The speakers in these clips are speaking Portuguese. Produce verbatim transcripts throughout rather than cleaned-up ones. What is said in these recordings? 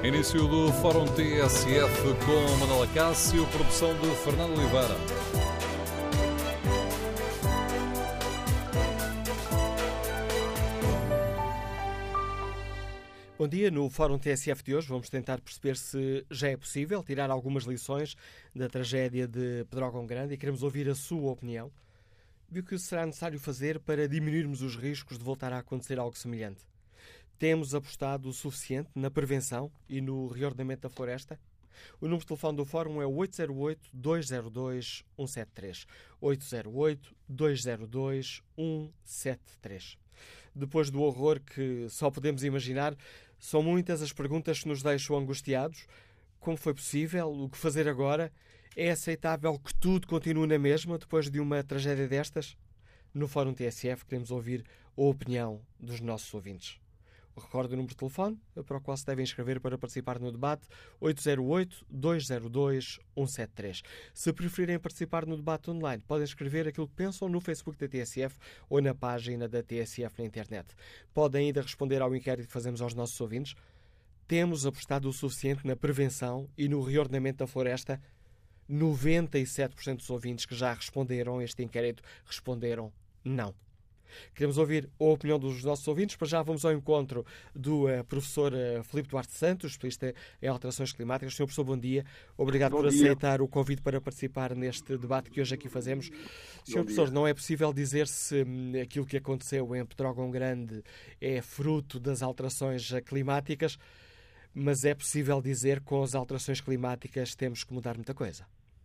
Início do Fórum T S F com Manuela Cássio, produção de Fernando Oliveira. Bom dia. No Fórum T S F de hoje vamos tentar perceber se já é possível tirar algumas lições da tragédia de Pedrógão Grande e queremos ouvir a sua opinião. E o que será necessário fazer para diminuirmos os riscos de voltar a acontecer algo semelhante? Temos apostado o suficiente na prevenção e no reordenamento da floresta? O número de telefone do Fórum é oito zero oito, dois zero dois, um sete três. oito zero oito, dois zero dois, um sete três. Depois do horror que só podemos imaginar, são muitas as perguntas que nos deixam angustiados. Como foi possível? O que fazer agora? É aceitável que tudo continue na mesma depois de uma tragédia destas? No Fórum T S F queremos ouvir a opinião dos nossos ouvintes. Recordo o número de telefone para o qual se devem inscrever para participar no debate, oito zero oito, dois zero dois, um sete três. Se preferirem participar no debate online, podem escrever aquilo que pensam no Facebook da T S F ou na página da T S F na internet. Podem ainda responder ao inquérito que fazemos aos nossos ouvintes. Temos apostado o suficiente na prevenção e no reordenamento da floresta? noventa e sete por cento dos ouvintes que já responderam a este inquérito responderam não. Queremos ouvir a opinião dos nossos ouvintes. Para já vamos ao encontro do uh, professor uh, Filipe Duarte Santos, especialista em alterações climáticas. senhor Professor, bom dia. Obrigado bom por dia. aceitar o convite para participar neste debate que hoje aqui fazemos. senhor Professor, dia. não é possível dizer se hum, aquilo que aconteceu em Pedrógão Grande é fruto das alterações climáticas, mas é possível dizer que com as alterações climáticas temos que mudar muita coisa.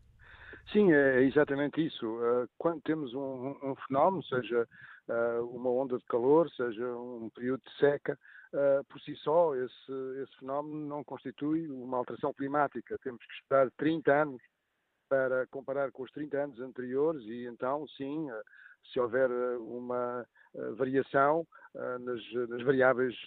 Sim, é exatamente isso. Quando temos um, um fenómeno, seja uma onda de calor, seja um período de seca, por si só esse, esse fenómeno não constitui uma alteração climática. Temos que esperar trinta anos para comparar com os trinta anos anteriores e então, sim, se houver uma variação nas, nas variáveis,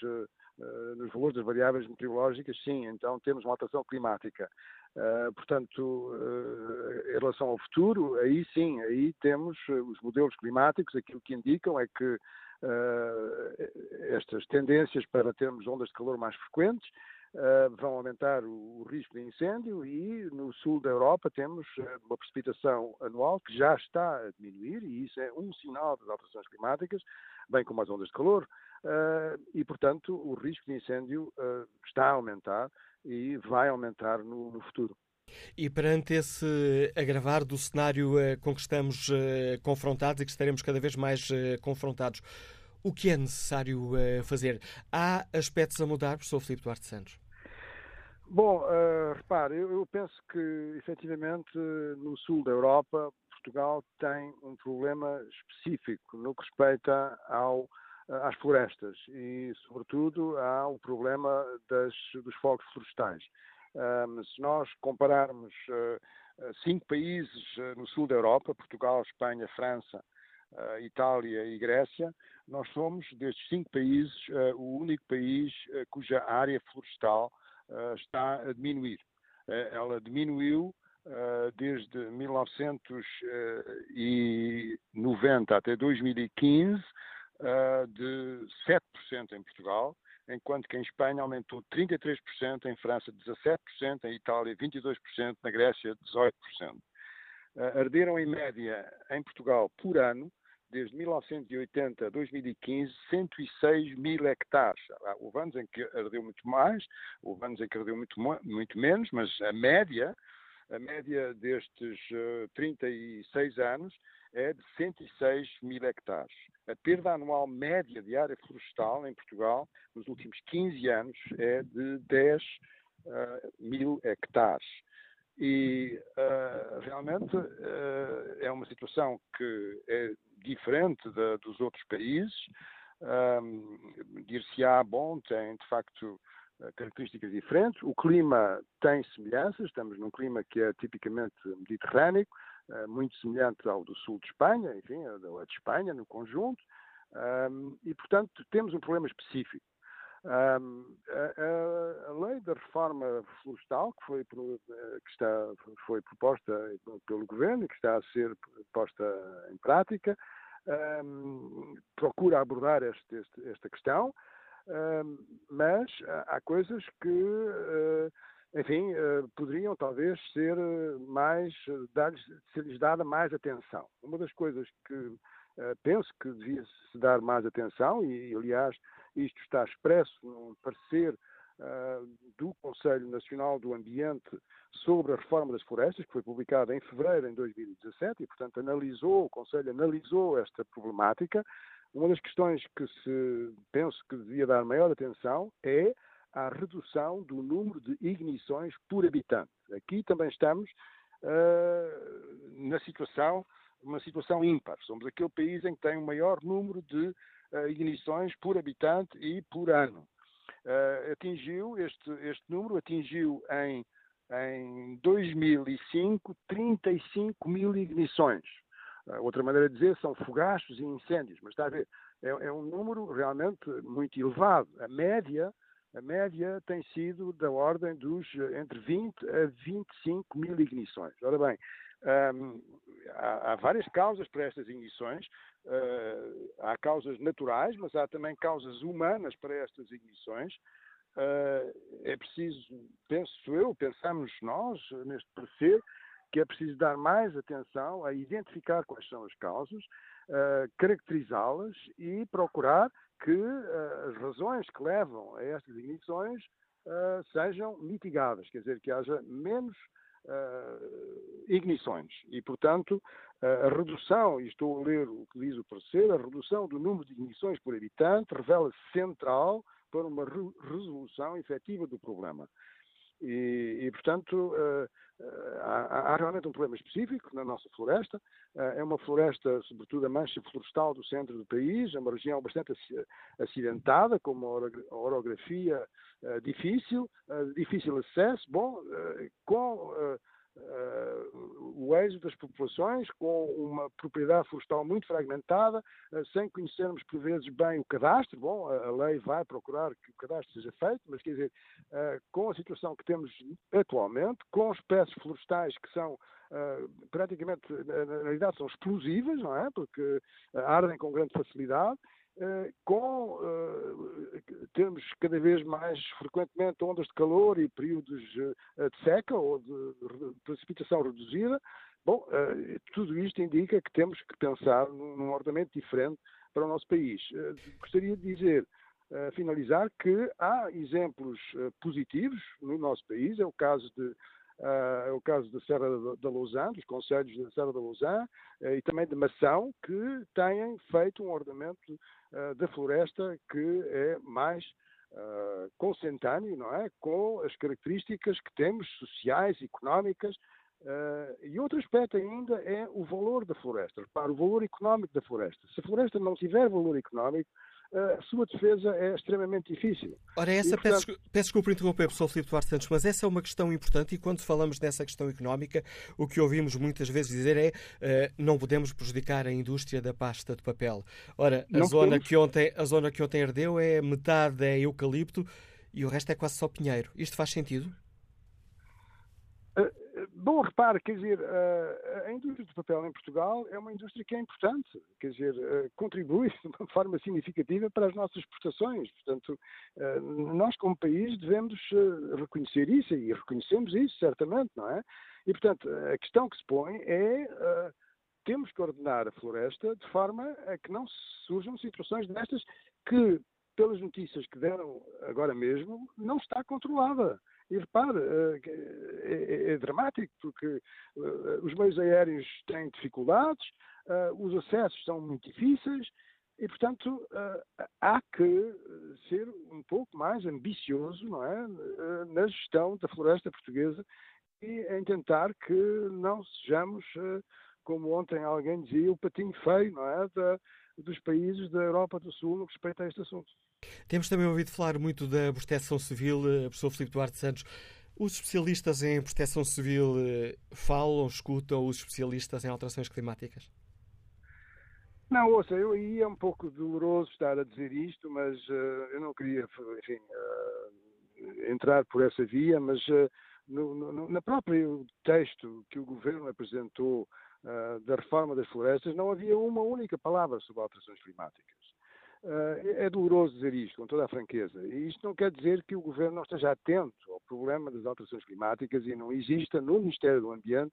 nos valores das variáveis meteorológicas, sim, então temos uma alteração climática. Uh, portanto, uh, em relação ao futuro, aí sim, aí temos uh, os modelos climáticos, aquilo que indicam é que uh, estas tendências para termos ondas de calor mais frequentes uh, vão aumentar o, o risco de incêndio e no sul da Europa temos uh, uma precipitação anual que já está a diminuir e isso é um sinal das alterações climáticas, bem como as ondas de calor, uh, e portanto o risco de incêndio uh, está a aumentar e vai aumentar no, no futuro. E perante esse agravar do cenário uh, com que estamos uh, confrontados e que estaremos cada vez mais uh, confrontados, o que é necessário uh, fazer? Há aspectos a mudar, professor Filipe Duarte Santos? Bom, uh, repare, eu, eu penso que, efetivamente, no sul da Europa, Portugal tem um problema específico no que respeita ao às florestas e, sobretudo, há o problema das, dos fogos florestais. Um, se nós compararmos uh, cinco países uh, no sul da Europa, Portugal, Espanha, França, uh, Itália e Grécia, nós somos, destes cinco países, uh, o único país uh, cuja área florestal uh, está a diminuir. Uh, ela diminuiu uh, desde mil novecentos e noventa até dois mil e quinze, Uh, de sete por cento em Portugal, enquanto que em Espanha aumentou trinta e três por cento, em França dezassete por cento, em Itália vinte e dois por cento, na Grécia dezoito por cento. Uh, arderam em média em Portugal por ano, desde mil novecentos e oitenta a dois mil e quinze, cento e seis mil hectares. Houve anos em que ardeu muito mais, houve anos em que ardeu muito, muito menos, mas a média, a média destes uh, trinta e seis anos é de cento e seis mil hectares. A perda anual média de área florestal em Portugal nos últimos quinze anos é de dez uh, mil hectares. E uh, realmente uh, é uma situação que é diferente da, dos outros países. Um, dir-se-á, bom, tem de facto características diferentes. O clima tem semelhanças, estamos num clima que é tipicamente mediterrâneo, muito semelhante ao do sul de Espanha, enfim, a de Espanha no conjunto, um, e, portanto, temos um problema específico. Um, a, a lei da reforma florestal, que foi, que está, foi proposta pelo Governo e que está a ser posta em prática, um, procura abordar este, este, esta questão. mas há coisas que, enfim, poderiam talvez ser mais, ser-lhes dada mais atenção. Uma das coisas que penso que devia-se dar mais atenção, e aliás isto está expresso num parecer Uh, do Conselho Nacional do Ambiente sobre a reforma das florestas, que foi publicada em fevereiro de dois mil e dezassete, e, portanto, analisou, o Conselho analisou esta problemática. Uma das questões que se penso que devia dar maior atenção é a redução do número de ignições por habitante. Aqui também estamos uh, na situação, uma situação ímpar. Somos aquele país em que tem o maior número de uh, ignições por habitante e por ano. Uh, atingiu, este, este número atingiu em, em dois mil e cinco trinta e cinco mil ignições. Uh, outra maneira de dizer são fogachos e incêndios, mas está a ver, é, é um número realmente muito elevado. A média, a média tem sido da ordem dos entre vinte a vinte e cinco mil ignições. Ora bem, um, há, há várias causas para estas ignições. Uh, há causas naturais, mas há também causas humanas para estas ignições. Uh, é preciso, penso eu, pensamos nós, neste parecer, que é preciso dar mais atenção a identificar quais são as causas, uh, caracterizá-las e procurar que uh, as razões que levam a estas ignições uh, sejam mitigadas, quer dizer, que haja menos Uh, ignições e, portanto, uh, a redução, e estou a ler o que diz o parecer, a redução do número de ignições por habitante revela-se central para uma re resolução efetiva do problema. E, e portanto, uh, uh, há, há realmente um problema específico na nossa floresta. Uh, é uma floresta, sobretudo a mancha florestal do centro do país, é uma região bastante acidentada, com uma orografia uh, difícil, uh, difícil acesso. Bom, uh, com uh, uh, o êxodo das populações, com uma propriedade florestal muito fragmentada, uh, sem conhecermos por vezes bem o cadastro. Bom, a, a lei vai procurar que o cadastro seja feito, mas quer dizer, uh, com a situação que temos atualmente, com espécies florestais que são Uh, praticamente, na, na realidade, são explosivas, não é? Porque uh, ardem com grande facilidade, uh, com, uh, temos cada vez mais frequentemente ondas de calor e períodos uh, de seca ou de, de precipitação reduzida. Bom, uh, tudo isto indica que temos que pensar num, num ordenamento diferente para o nosso país. Uh, gostaria de dizer, uh, finalizar, que há exemplos uh, positivos no nosso país, é o caso de Uh, é o caso da Serra da Lousã, dos concelhos da Serra da Lousã uh, e também de Mação, que têm feito um ordenamento uh, da floresta que é mais uh, consentâneo, não é? Com as características que temos, sociais, económicas. Uh, e outro aspecto ainda é o valor da floresta. Repara, o valor económico da floresta. Se a floresta não tiver valor económico, a sua defesa é extremamente difícil. Ora, essa, e, portanto... peço, peço desculpa por interromper, professor Filipe Duarte Santos, mas essa é uma questão importante e quando falamos dessa questão económica, o que ouvimos muitas vezes dizer é uh, não podemos prejudicar a indústria da pasta de papel. Ora, a zona, que ontem, a zona que ontem ardeu é metade é eucalipto e o resto é quase só pinheiro. Isto faz sentido? Uh... Bom, repare, quer dizer, a indústria do papel em Portugal é uma indústria que é importante, quer dizer, contribui de uma forma significativa para as nossas exportações. Portanto, nós como país devemos reconhecer isso e reconhecemos isso, certamente, não é? E, portanto, a questão que se põe é, temos que ordenar a floresta de forma a que não surjam situações destas que, pelas notícias que deram agora mesmo, não está controlada. E repare, é, é dramático, porque os meios aéreos têm dificuldades, os acessos são muito difíceis e, portanto, há que ser um pouco mais ambicioso, não é, na gestão da floresta portuguesa e em tentar que não sejamos, como ontem alguém dizia, o patinho feio, não é, da, dos países da Europa do Sul no que respeita a este assunto. Temos também ouvido falar muito da proteção civil, professor Filipe Duarte Santos. Os especialistas em proteção civil falam, escutam os especialistas em alterações climáticas? Não, ouça, eu aí é um pouco doloroso estar a dizer isto, mas uh, eu não queria, enfim, uh, entrar por essa via, mas uh, no, no, na próprio texto que o Governo apresentou uh, da reforma das florestas, não havia uma única palavra sobre alterações climáticas. É doloroso dizer isto, com toda a franqueza. E isto não quer dizer que o Governo não esteja atento ao problema das alterações climáticas e não exista no Ministério do Ambiente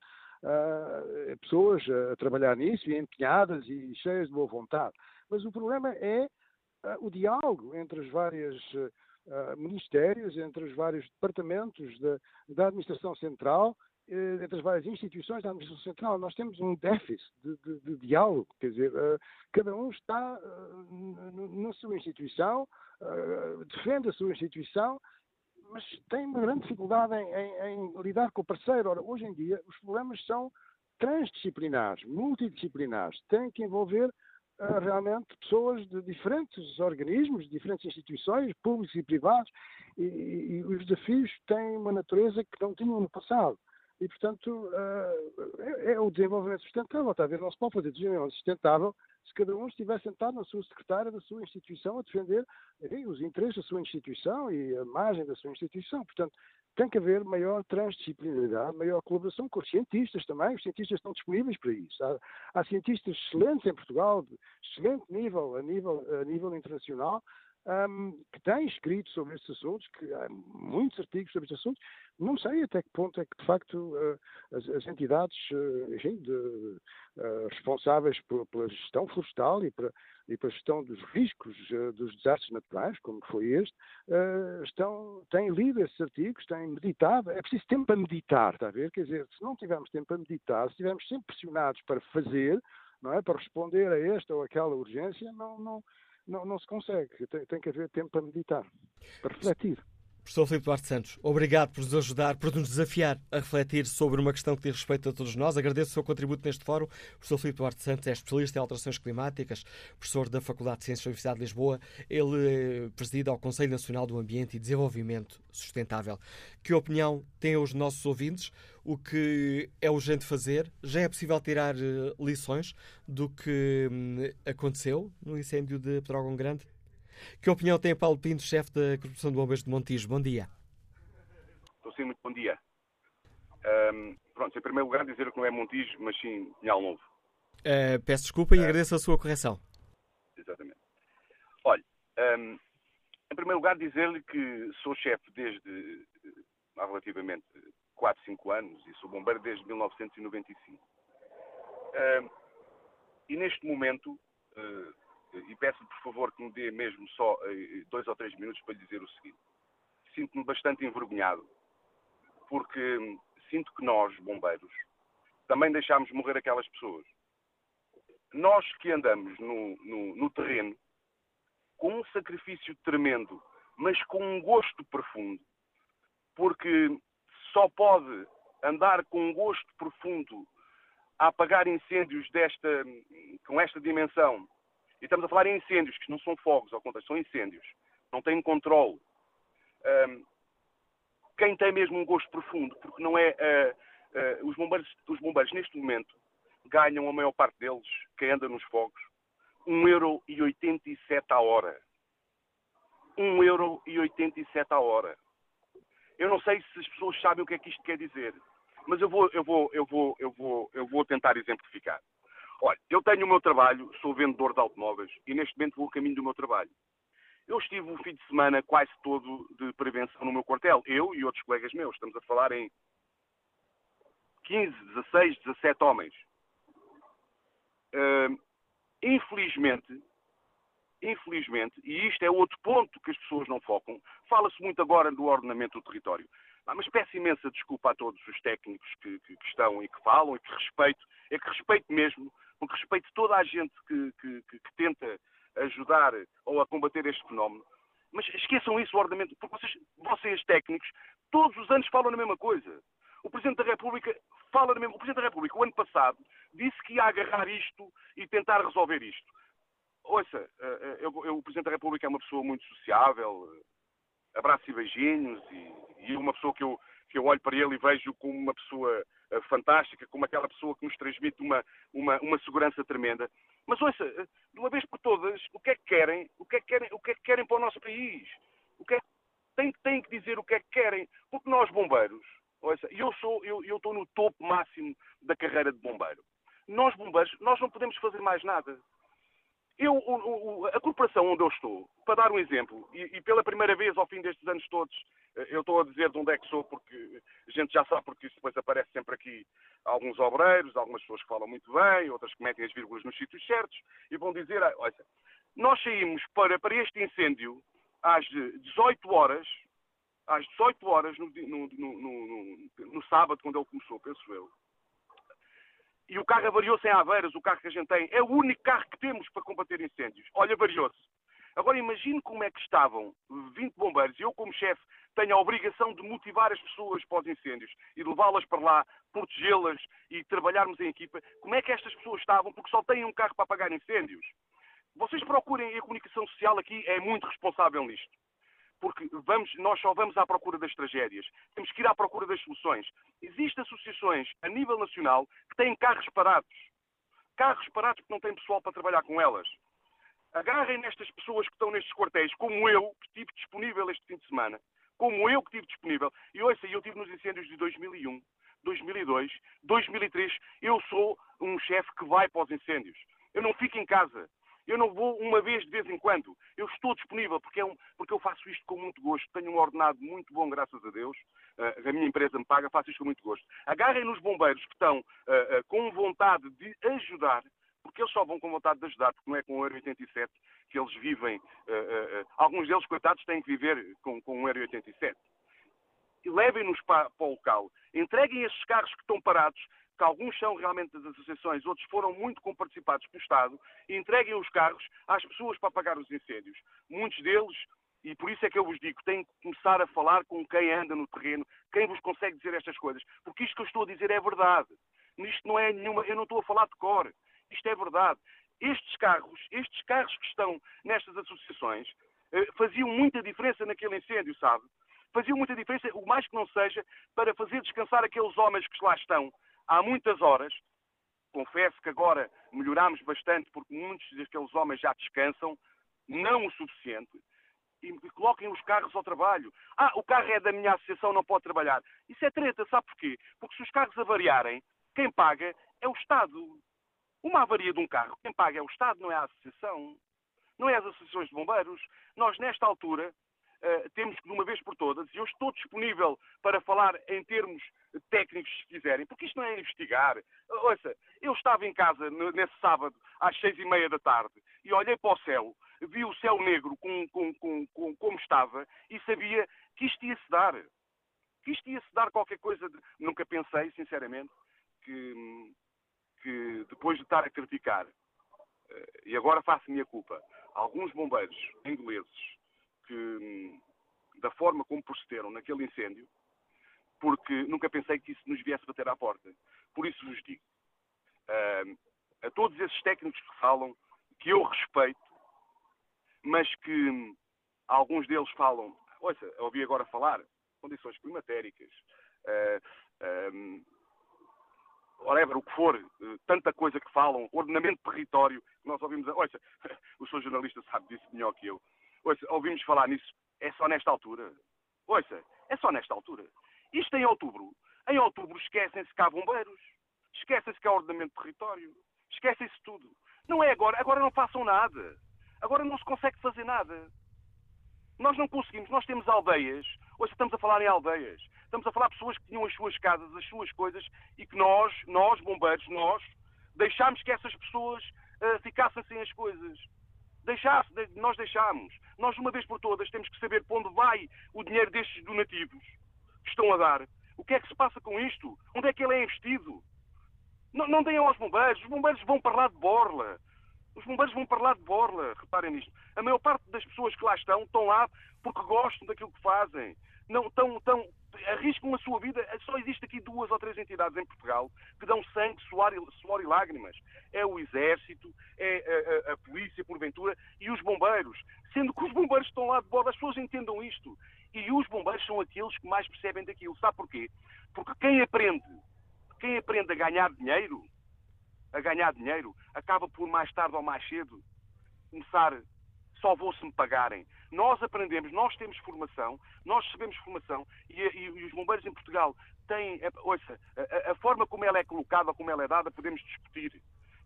uh, pessoas a trabalhar nisso e empenhadas e cheias de boa vontade. Mas o problema é uh, o diálogo entre os vários uh, ministérios, entre os vários departamentos da, da Administração Central, entre as várias instituições da Administração Central. Nós temos um déficit de, de, de diálogo, quer dizer, uh, cada um está uh, na sua instituição, uh, defende a sua instituição, mas tem uma grande dificuldade em, em, em lidar com o parceiro. Ora, hoje em dia, os problemas são transdisciplinares, multidisciplinares, têm que envolver uh, realmente pessoas de diferentes organismos, de diferentes instituições, públicos e privados, e, e, e os desafios têm uma natureza que não tinham no passado. E, portanto, é, é o desenvolvimento sustentável. Está a ver? Não se pode fazer desenvolvimento sustentável se cada um estiver sentado na sua secretária, da sua instituição, a defender enfim, os interesses da sua instituição e a margem da sua instituição. Portanto, tem que haver maior transdisciplinaridade, maior colaboração com os cientistas também. Os cientistas estão disponíveis para isso. Há, há cientistas excelentes em Portugal, de excelente nível, a nível, a nível internacional, Um, que têm escrito sobre estes assuntos, que há muitos artigos sobre estes assuntos. Não sei até que ponto é que, de facto, uh, as, as entidades uh, enfim, de, uh, responsáveis por, pela gestão florestal e para, e para a gestão dos riscos uh, dos desastres naturais, como foi este, uh, estão, têm lido esses artigos, têm meditado. É preciso tempo para meditar, está a ver? Quer dizer, se não tivermos tempo para meditar, se estivermos sempre pressionados para fazer, não é? Para responder a esta ou aquela urgência, não... não Não, não se consegue. Tem, tem que haver tempo para meditar, para refletir. Professor Filipe Duarte Santos, obrigado por nos ajudar, por nos desafiar a refletir sobre uma questão que diz respeito a todos nós. Agradeço o seu contributo neste fórum. O professor Filipe Duarte Santos é especialista em alterações climáticas, professor da Faculdade de Ciências da Universidade de Lisboa. Ele preside ao Conselho Nacional do Ambiente e Desenvolvimento Sustentável. Que opinião têm os nossos ouvintes? O que é urgente fazer? Já é possível tirar lições do que aconteceu no incêndio de Pedrógão Grande? Que opinião tem Paulo Pinto, chefe da Corporação de Bombeiros de Montijo? Bom dia. Estou sim, muito bom dia. Um, pronto, em primeiro lugar dizer que não é Montijo, mas sim Pinhal Novo. Uh, peço desculpa e uh, agradeço a sua correção. Exatamente. Olha, um, em primeiro lugar dizer-lhe que sou chefe desde há relativamente quatro, cinco anos e sou bombeiro desde mil novecentos e noventa e cinco. Um, e neste momento... Uh, e peço por favor que me dê mesmo só dois ou três minutos para lhe dizer o seguinte. Sinto-me bastante envergonhado, porque sinto que nós, bombeiros, também deixámos morrer aquelas pessoas. Nós que andamos no, no, no terreno, com um sacrifício tremendo, mas com um gosto profundo, porque só pode andar com um gosto profundo a apagar incêndios desta, com esta dimensão. E estamos a falar em incêndios, que não são fogos, ao contrário, são incêndios. Não têm controle. Um, quem tem mesmo um gosto profundo, porque não é... Uh, uh, os, bombeiros, os bombeiros, neste momento, ganham, a maior parte deles, quem anda nos fogos, um euro e oitenta e sete a hora. um euro e oitenta e sete a hora. Eu não sei se as pessoas sabem o que é que isto quer dizer, mas eu vou, eu vou, eu vou, eu vou, eu vou tentar exemplificar. Olha, eu tenho o meu trabalho, sou vendedor de automóveis e neste momento vou a caminho do meu trabalho. Eu estive o fim de semana quase todo de prevenção no meu quartel, eu e outros colegas meus. Estamos a falar em quinze, dezasseis, dezassete homens. Uh, infelizmente, infelizmente, e isto é outro ponto que as pessoas não focam, fala-se muito agora do ordenamento do território. Ah, mas peço imensa desculpa a todos os técnicos que, que, que estão e que falam e que respeito, é que respeito mesmo, porque respeito toda a gente que, que, que, que tenta ajudar ou a combater este fenómeno. Mas esqueçam isso, o ordenamento, porque vocês, vocês técnicos, todos os anos falam na mesma coisa. O Presidente da República fala na mesma... O Presidente da República, o ano passado, disse que ia agarrar isto e tentar resolver isto. Ouça, eu, eu, o Presidente da República é uma pessoa muito sociável, abraço e beijinhos, e, e uma pessoa que eu, que eu olho para ele e vejo como uma pessoa uh, fantástica, como aquela pessoa que nos transmite uma, uma, uma segurança tremenda. Mas ouça, de uma vez por todas, o que é que querem? O que é que querem, o que é que querem para o nosso país? O que é que têm, têm que dizer o que é que querem? Porque nós, bombeiros, ouça, eu sou, eu, eu estou no topo máximo da carreira de bombeiro. Nós, bombeiros, nós não podemos fazer mais nada. Eu, o, o, a corporação onde eu estou, para dar um exemplo, e, e pela primeira vez ao fim destes anos todos, eu estou a dizer de onde é que sou, porque a gente já sabe, porque isso depois aparece sempre aqui alguns obreiros, algumas pessoas que falam muito bem, outras que metem as vírgulas nos sítios certos, e vão dizer, olha, nós saímos para, para este incêndio às dezoito horas, às dezoito horas no, no, no, no, no sábado, quando ele começou, penso eu. E o carro avariou-se em Aveiras, o carro que a gente tem. É o único carro que temos para combater incêndios. Olha, avariou-se. Agora imagine como é que estavam vinte bombeiros, e eu como chefe tenho a obrigação de motivar as pessoas para os incêndios e de levá-las para lá, protegê-las e trabalharmos em equipa. Como é que estas pessoas estavam? Porque só têm um carro para apagar incêndios. Vocês procurem, a comunicação social aqui é muito responsável nisto. Porque vamos, nós só vamos à procura das tragédias. Temos que ir à procura das soluções. Existem associações a nível nacional que têm carros parados. Carros parados porque não têm pessoal para trabalhar com elas. Agarrem nestas pessoas que estão nestes quartéis, como eu, que estive disponível este fim de semana. Como eu que estive disponível. E ouça, eu estive nos incêndios de dois mil e um, dois mil e dois, dois mil e três. Eu sou um chefe que vai para os incêndios. Eu não fico em casa. Eu não vou uma vez de vez em quando. Eu estou disponível porque, é um, porque eu faço isto com muito gosto. Tenho um ordenado muito bom, graças a Deus. Uh, a minha empresa me paga, faço isto com muito gosto. Agarrem nos bombeiros que estão uh, uh, com vontade de ajudar, porque eles só vão com vontade de ajudar, porque não é com o euro oitenta e sete que eles vivem. Uh, uh, uh, alguns deles, coitados, têm que viver com, com o euro oitenta e sete. E levem-nos para, para o local. Entreguem esses carros que estão parados, que alguns são realmente das associações, outros foram muito comparticipados pelo Estado, e entreguem os carros às pessoas para apagar os incêndios. Muitos deles, e por isso é que eu vos digo, têm que começar a falar com quem anda no terreno, quem vos consegue dizer estas coisas, porque isto que eu estou a dizer é verdade. Isto não é nenhuma, eu não estou a falar de cor, isto é verdade. Estes carros, estes carros que estão nestas associações, faziam muita diferença naquele incêndio, sabe? Faziam muita diferença, o mais que não seja, para fazer descansar aqueles homens que lá estão há muitas horas. Confesso que agora melhorámos bastante porque muitos daqueles homens já descansam, não o suficiente, e coloquem os carros ao trabalho. Ah, o carro é da minha associação, não pode trabalhar. Isso é treta, sabe porquê? Porque se os carros avariarem, quem paga é o Estado. Uma avaria de um carro, quem paga é o Estado, não é a associação. Não é as associações de bombeiros. Nós, nesta altura, uh, temos que, de uma vez por todas, e eu estou disponível para falar em termos técnicos, se quiserem, porque isto não é investigar. Ouça, eu estava em casa nesse sábado, às seis e meia da tarde, e olhei para o céu, vi o céu negro com, com, com, com, como estava, e sabia que isto ia-se dar. Que isto ia-se dar qualquer coisa. De... Nunca pensei, sinceramente, que, que depois de estar a criticar, e agora faço a minha culpa, alguns bombeiros ingleses que, da forma como procederam naquele incêndio, porque nunca pensei que isso nos viesse bater à porta. Por isso vos digo, uh, a todos esses técnicos que falam, que eu respeito, mas que alguns deles falam, ouça, ouvi agora falar, condições climatéricas, uh, um, whatever, o que for, uh, tanta coisa que falam, ordenamento de território, nós ouvimos, ouça, o seu jornalista sabe disso melhor que eu, ouça, ouvimos falar nisso, é só nesta altura. Ouça, é só nesta altura. Isto em outubro. Em outubro esquecem-se que há bombeiros. Esquecem-se que há ordenamento de território. Esquecem-se tudo. Não é agora. Agora não façam nada. Agora não se consegue fazer nada. Nós não conseguimos. Nós temos aldeias. Hoje estamos a falar em aldeias. Estamos a falar de pessoas que tinham as suas casas, as suas coisas, e que nós, nós bombeiros, nós, deixámos que essas pessoas uh, ficassem sem as coisas. Deixasse, nós deixámos. Nós, de uma vez por todas, temos que saber para onde vai o dinheiro destes donativos que estão a dar. O que é que se passa com isto? Onde é que ele é investido? Não, não deem aos bombeiros. Os bombeiros vão para lá de borla. Os bombeiros vão para lá de borla. Reparem nisto. A maior parte das pessoas que lá estão, estão lá porque gostam daquilo que fazem. Não, estão, estão, arriscam a sua vida. Só existe aqui duas ou três entidades em Portugal que dão sangue, suor e, suor e lágrimas. É o Exército, é a, a, a Polícia, porventura, e os bombeiros. Sendo que os bombeiros estão lá de borla. As pessoas entendam isto. E os bombeiros são aqueles que mais percebem daquilo. Sabe porquê? Porque quem aprende, quem aprende a ganhar dinheiro, a ganhar dinheiro, acaba por mais tarde ou mais cedo começar, só vou se me pagarem. Nós aprendemos, nós temos formação, nós recebemos formação, e, e, e os bombeiros em Portugal têm, ouça, a, a forma como ela é colocada, como ela é dada, podemos discutir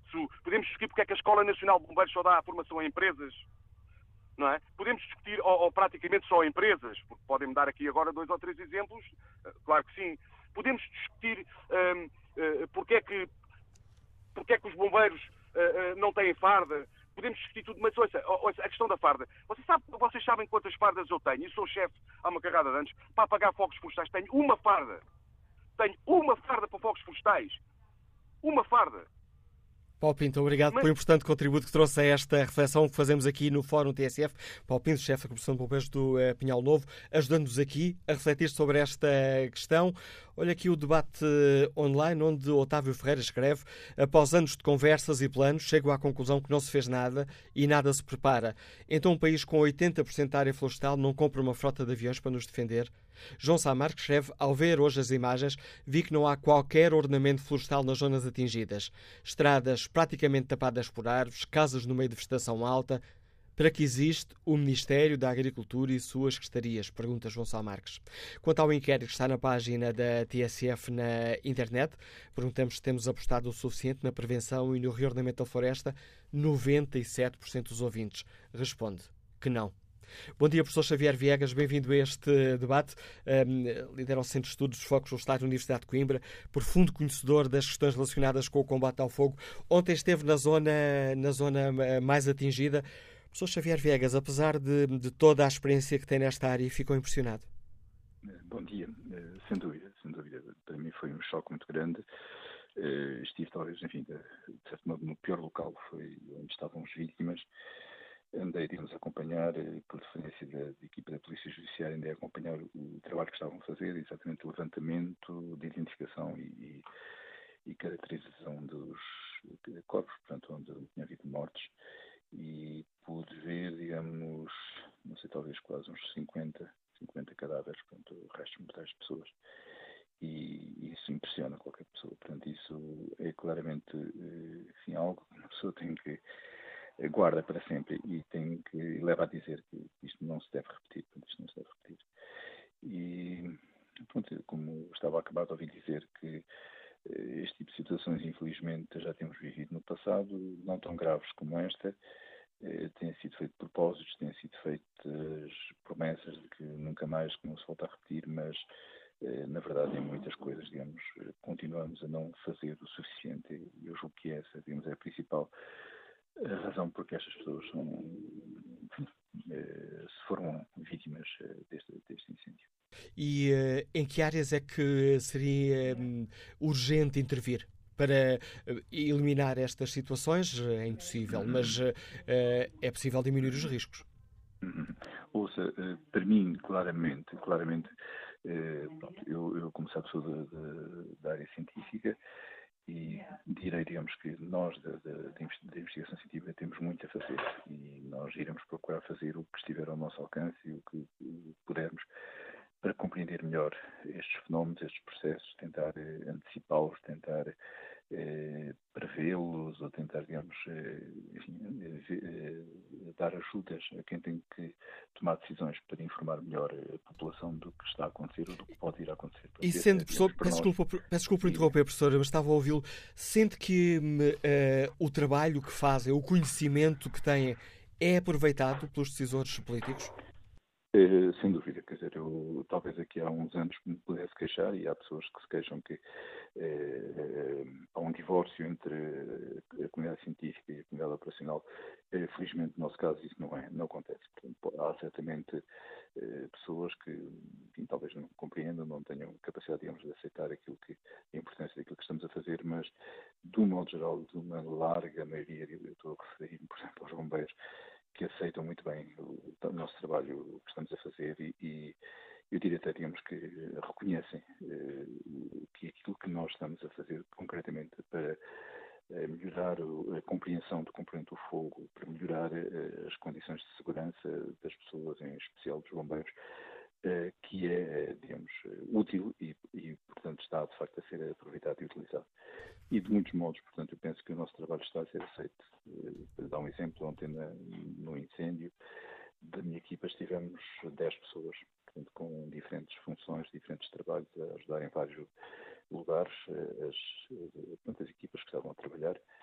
Podemos discutir porque é que a Escola Nacional de Bombeiros só dá a formação a empresas. Não é? Podemos discutir, ou, ou praticamente só a empresas, porque podem-me dar aqui agora dois ou três exemplos, claro que sim. Podemos discutir hum, uh, porque, é que, porque é que os bombeiros uh, uh, não têm farda. Podemos discutir tudo, mas ouça, ouça, a questão da farda. Vocês, sabe, vocês sabem quantas fardas eu tenho? Eu sou chefe há uma carrada de anos para apagar fogos florestais. Tenho uma farda. Tenho uma farda para fogos florestais. Uma farda. Paulo Pinto, obrigado Mas... pelo importante contributo que trouxe a esta reflexão que fazemos aqui no Fórum T S F. Paulo Pinto, chefe da Comissão de Bombeiros do uh, Pinhal Novo, ajudando-nos aqui a refletir sobre esta questão. Olha aqui o debate online, onde Otávio Ferreira escreve: após anos de conversas e planos, chego à conclusão que não se fez nada e nada se prepara. Então um país com oitenta por cento da área florestal não compra uma frota de aviões para nos defender? João Sá Marques escreve: ao ver hoje as imagens, vi que não há qualquer ornamento florestal nas zonas atingidas. Estradas praticamente tapadas por árvores, casas no meio de vegetação alta. Para que existe o Ministério da Agricultura e suas secretarias? Pergunta João Sá Marques. Quanto ao inquérito que está na página da T S F na internet, perguntamos se temos apostado o suficiente na prevenção e no reordenamento da floresta. noventa e sete por cento dos ouvintes responde que não. Bom dia, professor Xavier Viegas, bem-vindo a este debate. Um, lidera o Centro de Estudos dos Focos Florestais da Universidade de Coimbra, profundo conhecedor das questões relacionadas com o combate ao fogo. Ontem esteve na zona, na zona mais atingida. Professor Xavier Viegas, apesar de, de toda a experiência que tem nesta área, ficou impressionado? Bom dia, sem dúvida, sem dúvida. Para mim foi um choque muito grande. Estive talvez, enfim, de certo modo, no pior local, foi onde estavam as vítimas. Andei, digamos, a acompanhar, por referência da, da equipa da Polícia Judiciária, andei a acompanhar o trabalho que estavam a fazer, exatamente o levantamento de identificação e, e, e caracterização dos corpos, portanto, onde tinha havido mortes, e pude ver, digamos, não sei, talvez quase uns cinquenta, cinquenta cadáveres, portanto, restos mortais de pessoas. E isso impressiona qualquer pessoa. Portanto, isso é claramente, enfim, algo que uma pessoa tem que guarda para sempre e tem que leva a dizer que isto não se deve repetir, portanto, isto não se deve repetir. E, pronto, como estava acabado de ouvir dizer que este tipo de situações, infelizmente, já temos vivido no passado, não tão graves como esta, têm sido feitos propósitos, têm sido feitas promessas de que nunca mais que não se volta a repetir, mas, na verdade, em muitas coisas, digamos, continuamos a não fazer o suficiente e eu julgo que essa, digamos, é a principal a razão porque estas pessoas são, se foram vítimas deste, deste incêndio. E uh, em que áreas é que seria um, urgente intervir para uh, eliminar estas situações? É impossível, mas uh, é possível diminuir os riscos. Ouça, para mim, claramente, claramente pronto, eu, eu como sabe sou da, da, da área científica, e direi, digamos, que nós da, da, da investigação científica temos muito a fazer e nós iremos procurar fazer o que estiver ao nosso alcance e o que pudermos para compreender melhor estes fenómenos, estes processos, tentar eh, antecipá-los, tentar eh, prevê-los ou tentar, digamos, eh, enfim, eh, dar ajudas a quem tem que tomar decisões para informar melhor a população do que está a acontecer ou do que pode ir a acontecer. E sendo, professor, peço desculpa, peço desculpa por interromper, professor, mas estava a ouvi-lo. Sente que uh, o trabalho que fazem, o conhecimento que têm, é aproveitado pelos decisores políticos? Uh, sem dúvida, quer dizer, eu talvez aqui há uns anos me pudesse queixar, e há pessoas que se queixam que uh, há um divórcio entre a comunidade científica e a comunidade operacional. Uh, felizmente, no nosso caso, isso não, é, não acontece. Portanto, há certamente uh, pessoas que, enfim, talvez não compreendam, não tenham capacidade, digamos, de aceitar aquilo que, a importância daquilo que estamos a fazer, mas, de um modo geral, de uma larga maioria, eu estou a referir-me, por exemplo, aos bombeiros, que aceitam muito bem o, o nosso trabalho, o que estamos a fazer e, e eu diria até, digamos, que reconhecem eh, que aquilo que nós estamos a fazer concretamente para eh, melhorar o, a compreensão do componente do fogo, para melhorar eh, as condições de segurança das pessoas, em especial dos bombeiros, eh, que é, digamos, útil e, e, portanto, está, de facto, a ser aproveitado e utilizado. E de muitos modos, portanto, eu penso que o nosso trabalho está a ser aceito. Para dar um exemplo, ontem na, no incêndio da minha equipa estivemos dez pessoas, portanto, com diferentes funções, diferentes trabalhos, a ajudar em vários lugares as, portanto, as equipas que estavam a trabalhar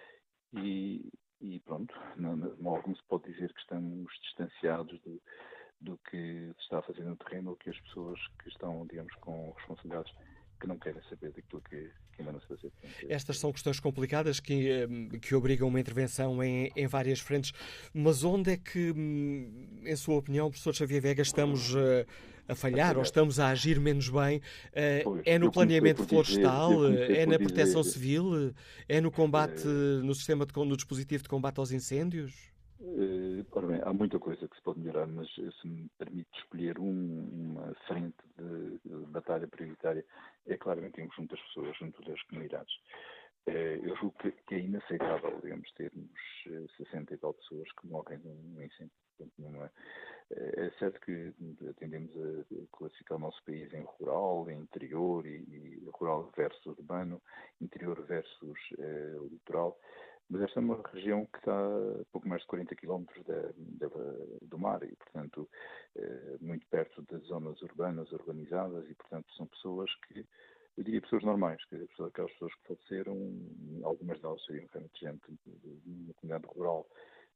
e, e pronto, não, não, algum se pode dizer que estamos distanciados do, do que se está a fazer no terreno, ou que as pessoas que estão, digamos, com responsabilidades que não querem saber daquilo que, que ainda não se fazer. Portanto, Estas são questões complicadas que, que obrigam uma intervenção em, em várias frentes, mas onde é que, em sua opinião, professor Xavier Viega, estamos uh, a falhar ou estamos a agir menos bem? Uh, pois, é no planeamento florestal? Dizer, é na dizer, proteção civil? É no combate, uh, no sistema, de, no dispositivo de combate aos incêndios? Uh, ora bem, há muita coisa que se pode melhorar, mas se me permite escolher um, uma frente de, de batalha prioritária, é claramente em junto das pessoas, junto das comunidades. Uh, eu julgo que, que é inaceitável, digamos, termos uh, sessenta e tal pessoas que morrem num incêndio. Portanto, não é, é certo que tendemos a classificar o nosso país em rural, em interior, e, e rural versus urbano, interior versus uh, litoral. Mas esta é uma região que está a pouco mais de quarenta quilómetros do mar e, portanto, muito perto das zonas urbanas, urbanizadas, e, portanto, são pessoas que, eu diria pessoas normais, que aquelas pessoas que faleceram, algumas delas seriam realmente gente de uma comunidade rural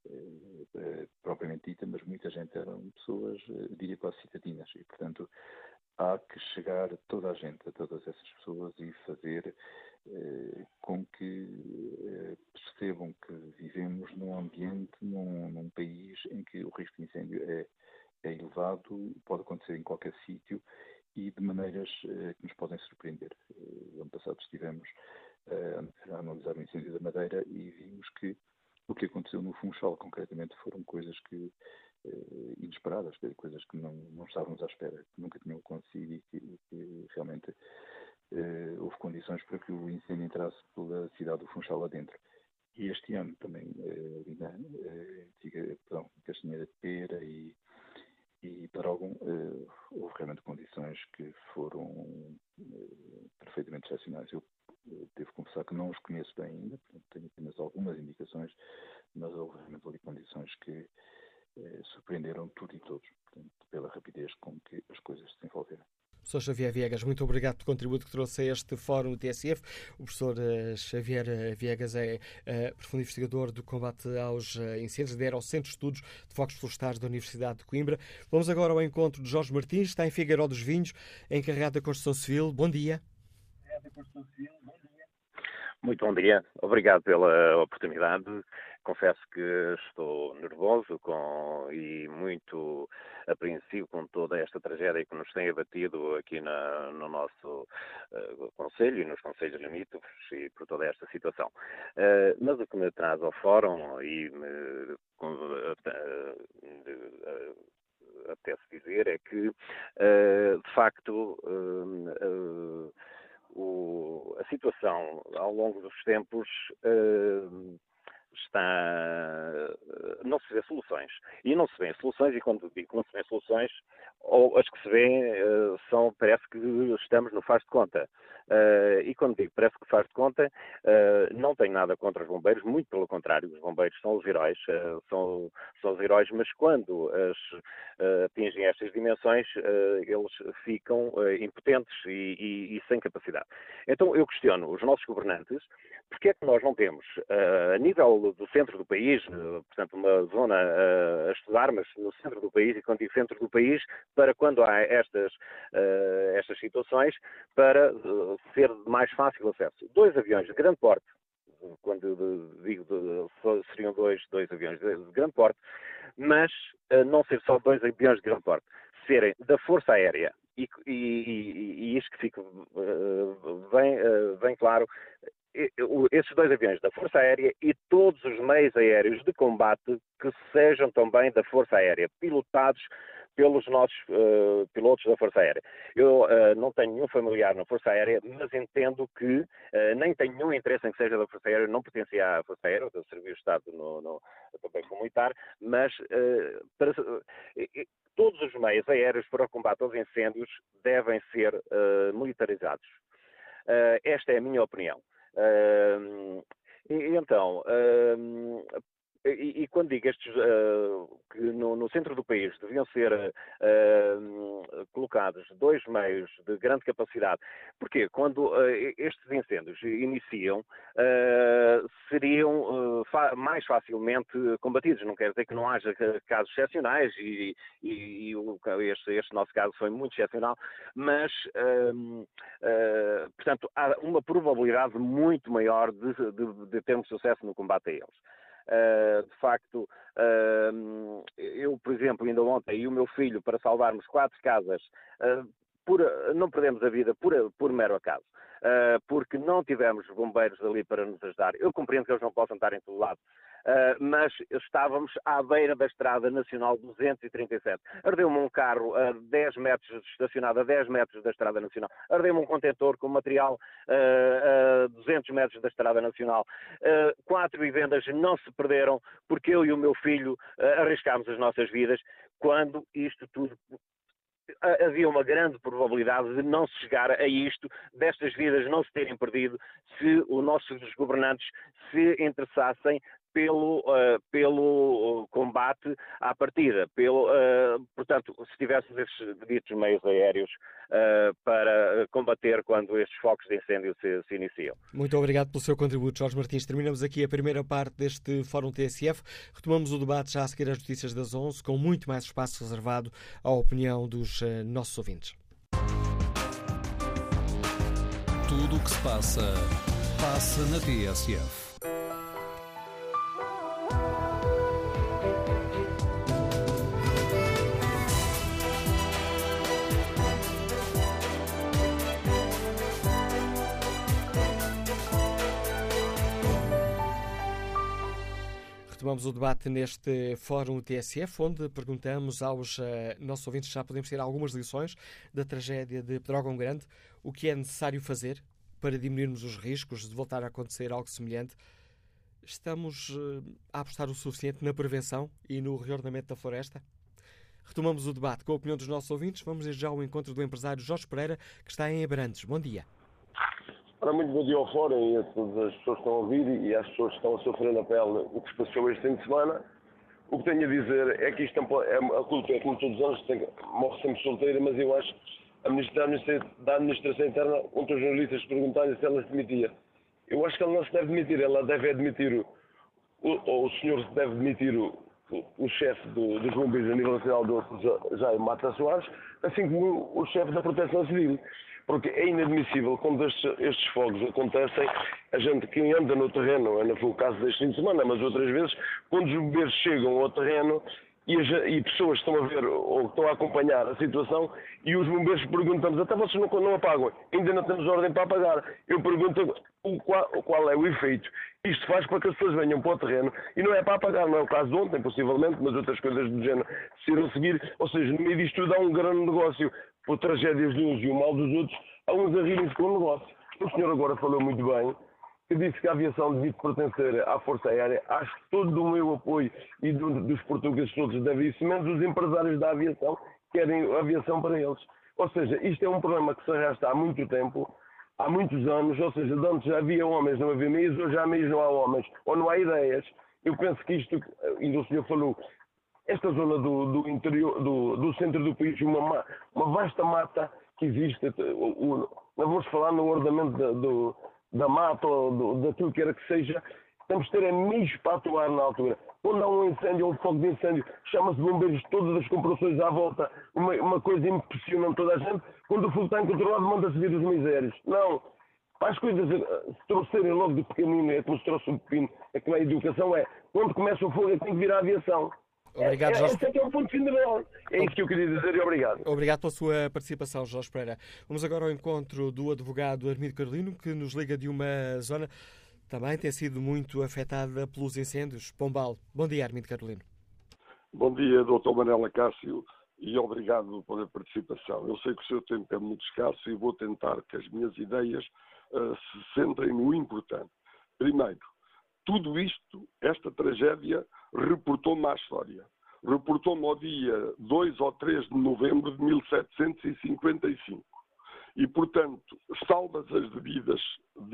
propriamente dita, mas muita gente eram pessoas, eu diria, quase citadinas, e, portanto, há que chegar a toda a gente, a todas essas pessoas, e fazer eh, com que eh, percebam que vivemos num ambiente, num, num país em que o risco de incêndio é, é elevado, pode acontecer em qualquer sítio e de maneiras eh, que nos podem surpreender. Eh, ano passado estivemos eh, a analisar o incêndio da Madeira e vimos que o que aconteceu no Funchal, concretamente, foram coisas que Uh, inesperadas, coisas que não, não estávamos à espera, que nunca tinham acontecido, e que, e que realmente uh, houve condições para que o incêndio entrasse pela cidade do Funchal adentro. E este ano também, uh, ali na uh, antiga, perdão, Castanheira de Pera e, e para algum, uh, houve realmente condições que foram uh, perfeitamente excepcionais. Eu uh, devo confessar que não os conheço bem ainda, portanto, tenho apenas algumas indicações, mas houve realmente ali condições que Eh, surpreenderam tudo e todos, portanto, pela rapidez com que as coisas se desenvolveram. professor Xavier Viegas, muito obrigado pelo contributo que trouxe a este fórum do T S F. O professor Xavier Viegas é uh, profundo investigador do combate aos uh, incêndios, lidera ao Centro de Estudos de Focos Florestais da Universidade de Coimbra. Vamos agora ao encontro de Jorge Martins, está em Figueiró dos Vinhos, encarregado da Construção Civil. Bom dia. Muito bom dia, obrigado pela oportunidade. Confesso que estou nervoso com, e muito apreensivo com toda esta tragédia que nos tem abatido aqui na, no nosso uh, concelho e nos concelhos limítrofes, e por toda esta situação. Uh, mas o que me traz ao fórum e me uh, uh, uh, apetece dizer é que, uh, de facto, uh, uh, O, a situação ao longo dos tempos uh, está... não se vê soluções. E não se vê soluções, e quando digo que não se vê soluções, ou as que se vêem uh, são, parece que estamos no faz de conta. Uh, e quando digo parece que faz de conta, uh, não tenho nada contra os bombeiros, muito pelo contrário, os bombeiros são os heróis, uh, são, são os heróis, mas quando as, uh, atingem estas dimensões, uh, eles ficam uh, impotentes e, e, e sem capacidade. Então eu questiono os nossos governantes, porque é que nós não temos, uh, a nível do centro do país, uh, portanto uma zona uh, a estudar, mas no centro do país, e quando digo centro do país, para quando há estas, uh, estas situações, para uh, ser de mais fácil acesso. Dois aviões de grande porte, quando digo de, seriam dois, dois aviões de, de grande porte, mas uh, não ser só dois aviões de grande porte, serem da Força Aérea, e, e, e, e isto que fica uh, bem, uh, bem claro, esses dois aviões da Força Aérea e todos os meios aéreos de combate que sejam também da Força Aérea, pilotados pelos nossos uh, pilotos da Força Aérea. Eu uh, não tenho nenhum familiar na Força Aérea, mas entendo que uh, nem tenho nenhum interesse em que seja da Força Aérea, não pertencia à Força Aérea, eu servi o Estado no, no, também como militar, mas uh, para, uh, todos os meios aéreos para o combate aos incêndios devem ser uh, militarizados. Uh, esta é a minha opinião. Uh, e, então, uh, e, e quando digo estes uh, que no, no centro do país deviam ser uh, colocados dois meios de grande capacidade. Porque quando uh, estes incêndios iniciam, uh, seriam uh, fa- mais facilmente combatidos. Não quer dizer que não haja casos excepcionais, e, e, e o, este, este nosso caso foi muito excepcional, mas, uh, uh, portanto, há uma probabilidade muito maior de, de, de termos sucesso no combate a eles. Uh, de facto, uh, eu, por exemplo, ainda ontem, e o meu filho, para salvarmos quatro casas, uh, por, não perdemos a vida por, por mero acaso, uh, porque não tivemos bombeiros ali para nos ajudar. Eu compreendo que eles não possam estar em todo lado, uh, mas estávamos à beira da Estrada Nacional duzentos e trinta e sete. Ardeu-me um carro a dez metros, estacionado a dez metros da Estrada Nacional. Ardeu-me um contentor com material uh, a duzentos metros da Estrada Nacional. Uh, quatro vivendas não se perderam porque eu e o meu filho uh, arriscámos as nossas vidas quando isto tudo... Havia uma grande probabilidade de não se chegar a isto, destas vidas não se terem perdido, se os nossos governantes se interessassem pelo, uh, pelo combate à partida. Pelo, uh, portanto, se tivéssemos esses ditos meios aéreos uh, para combater quando estes focos de incêndio se, se iniciam. Muito obrigado pelo seu contributo, Jorge Martins. Terminamos aqui a primeira parte deste Fórum T S F. Retomamos o debate já a seguir às notícias das onze, com muito mais espaço reservado à opinião dos uh, nossos ouvintes. Tudo o que se passa, passa na T S F. Retomamos o debate neste Fórum T S F, onde perguntamos aos uh, nossos ouvintes se já podemos ter algumas lições da tragédia de Pedrógão Grande, o que é necessário fazer para diminuirmos os riscos de voltar a acontecer algo semelhante. Estamos uh, a apostar o suficiente na prevenção e no reordenamento da floresta? Retomamos o debate com a opinião dos nossos ouvintes. Vamos desde já ao encontro do empresário Jorge Pereira, que está em Abrantes. Bom dia. Ora, muito bom dia ao Fórum e a todas as pessoas que estão a ouvir e às pessoas que estão a sofrer na pele o que se passou este fim de semana. O que tenho a dizer é que isto é, a culpa é como todos os anos, tem, morre sempre solteira, mas eu acho que a Ministra da Administração Interna, ontem os jornalistas perguntaram se ela se demitia. Eu acho que ela não se deve demitir, ela deve admitir, o, ou o senhor deve demitir o, o, o chefe do, dos bombeiros a nível nacional, do Jaime Mata Soares, assim como o, o chefe da Proteção Civil. Porque é inadmissível, quando estes, estes fogos acontecem, a gente que anda no terreno, não foi o caso deste fim de semana, mas outras vezes, quando os bombeiros chegam ao terreno e, a, e pessoas estão a ver ou estão a acompanhar a situação e os bombeiros perguntam-nos, até vocês não, não apagam, ainda não temos ordem para apagar. Eu pergunto o qual, qual é o efeito. Isto faz para que as pessoas venham para o terreno e não é para apagar, não é o caso de ontem, possivelmente, mas outras coisas do género se irão seguir. Ou seja, no meio disto tudo há um grande negócio. Por tragédias de uns e o mal dos outros, há uns a rirem-se com o negócio. O senhor agora falou muito bem, que disse que a aviação devia pertencer à Força Aérea. Acho que todo o meu apoio e do, dos portugueses todos devem isso, menos os empresários da aviação querem a aviação para eles. Ou seja, isto é um problema que se arrasta há muito tempo, há muitos anos, ou seja, de antes já havia homens, não havia meios, hoje há meios, não há homens, ou não há ideias. Eu penso que isto, e o senhor falou, esta zona do, do interior, do, do centro do país, uma, uma vasta mata que existe, o, o, não vamos falar no ordenamento da, do, da mata ou do, daquilo que era que seja, temos de ter meios para atuar na altura. Quando há um incêndio ou um fogo de incêndio, chama-se bombeiros, todas as comprovações à volta, uma, uma coisa impressionante toda a gente, quando o fogo está incontrolado manda-se vir os misérios. Não, para as coisas se trouxerem logo de pequenino, é como se trouxe o pepino, é como a educação é, quando começa o fogo é que tem que vir a aviação. Obrigado, Jorge. Esse é que é o ponto fundamental. É isso que eu queria dizer e obrigado. Obrigado pela sua participação, Jorge Pereira. Vamos agora ao encontro do advogado Armindo Carolino, que nos liga de uma zona que também tem sido muito afetada pelos incêndios. Pombal. Bom dia, Armindo Carolino. Bom dia, doutor Manela Cássio, e obrigado pela participação. Eu sei que o seu tempo é muito escasso e vou tentar que as minhas ideias uh, se centrem no importante. Primeiro, tudo isto, esta tragédia, reportou-me à história. Reportou-me ao dia dois ou três de novembro de mil setecentos e cinquenta e cinco. E, portanto, salvas as devidas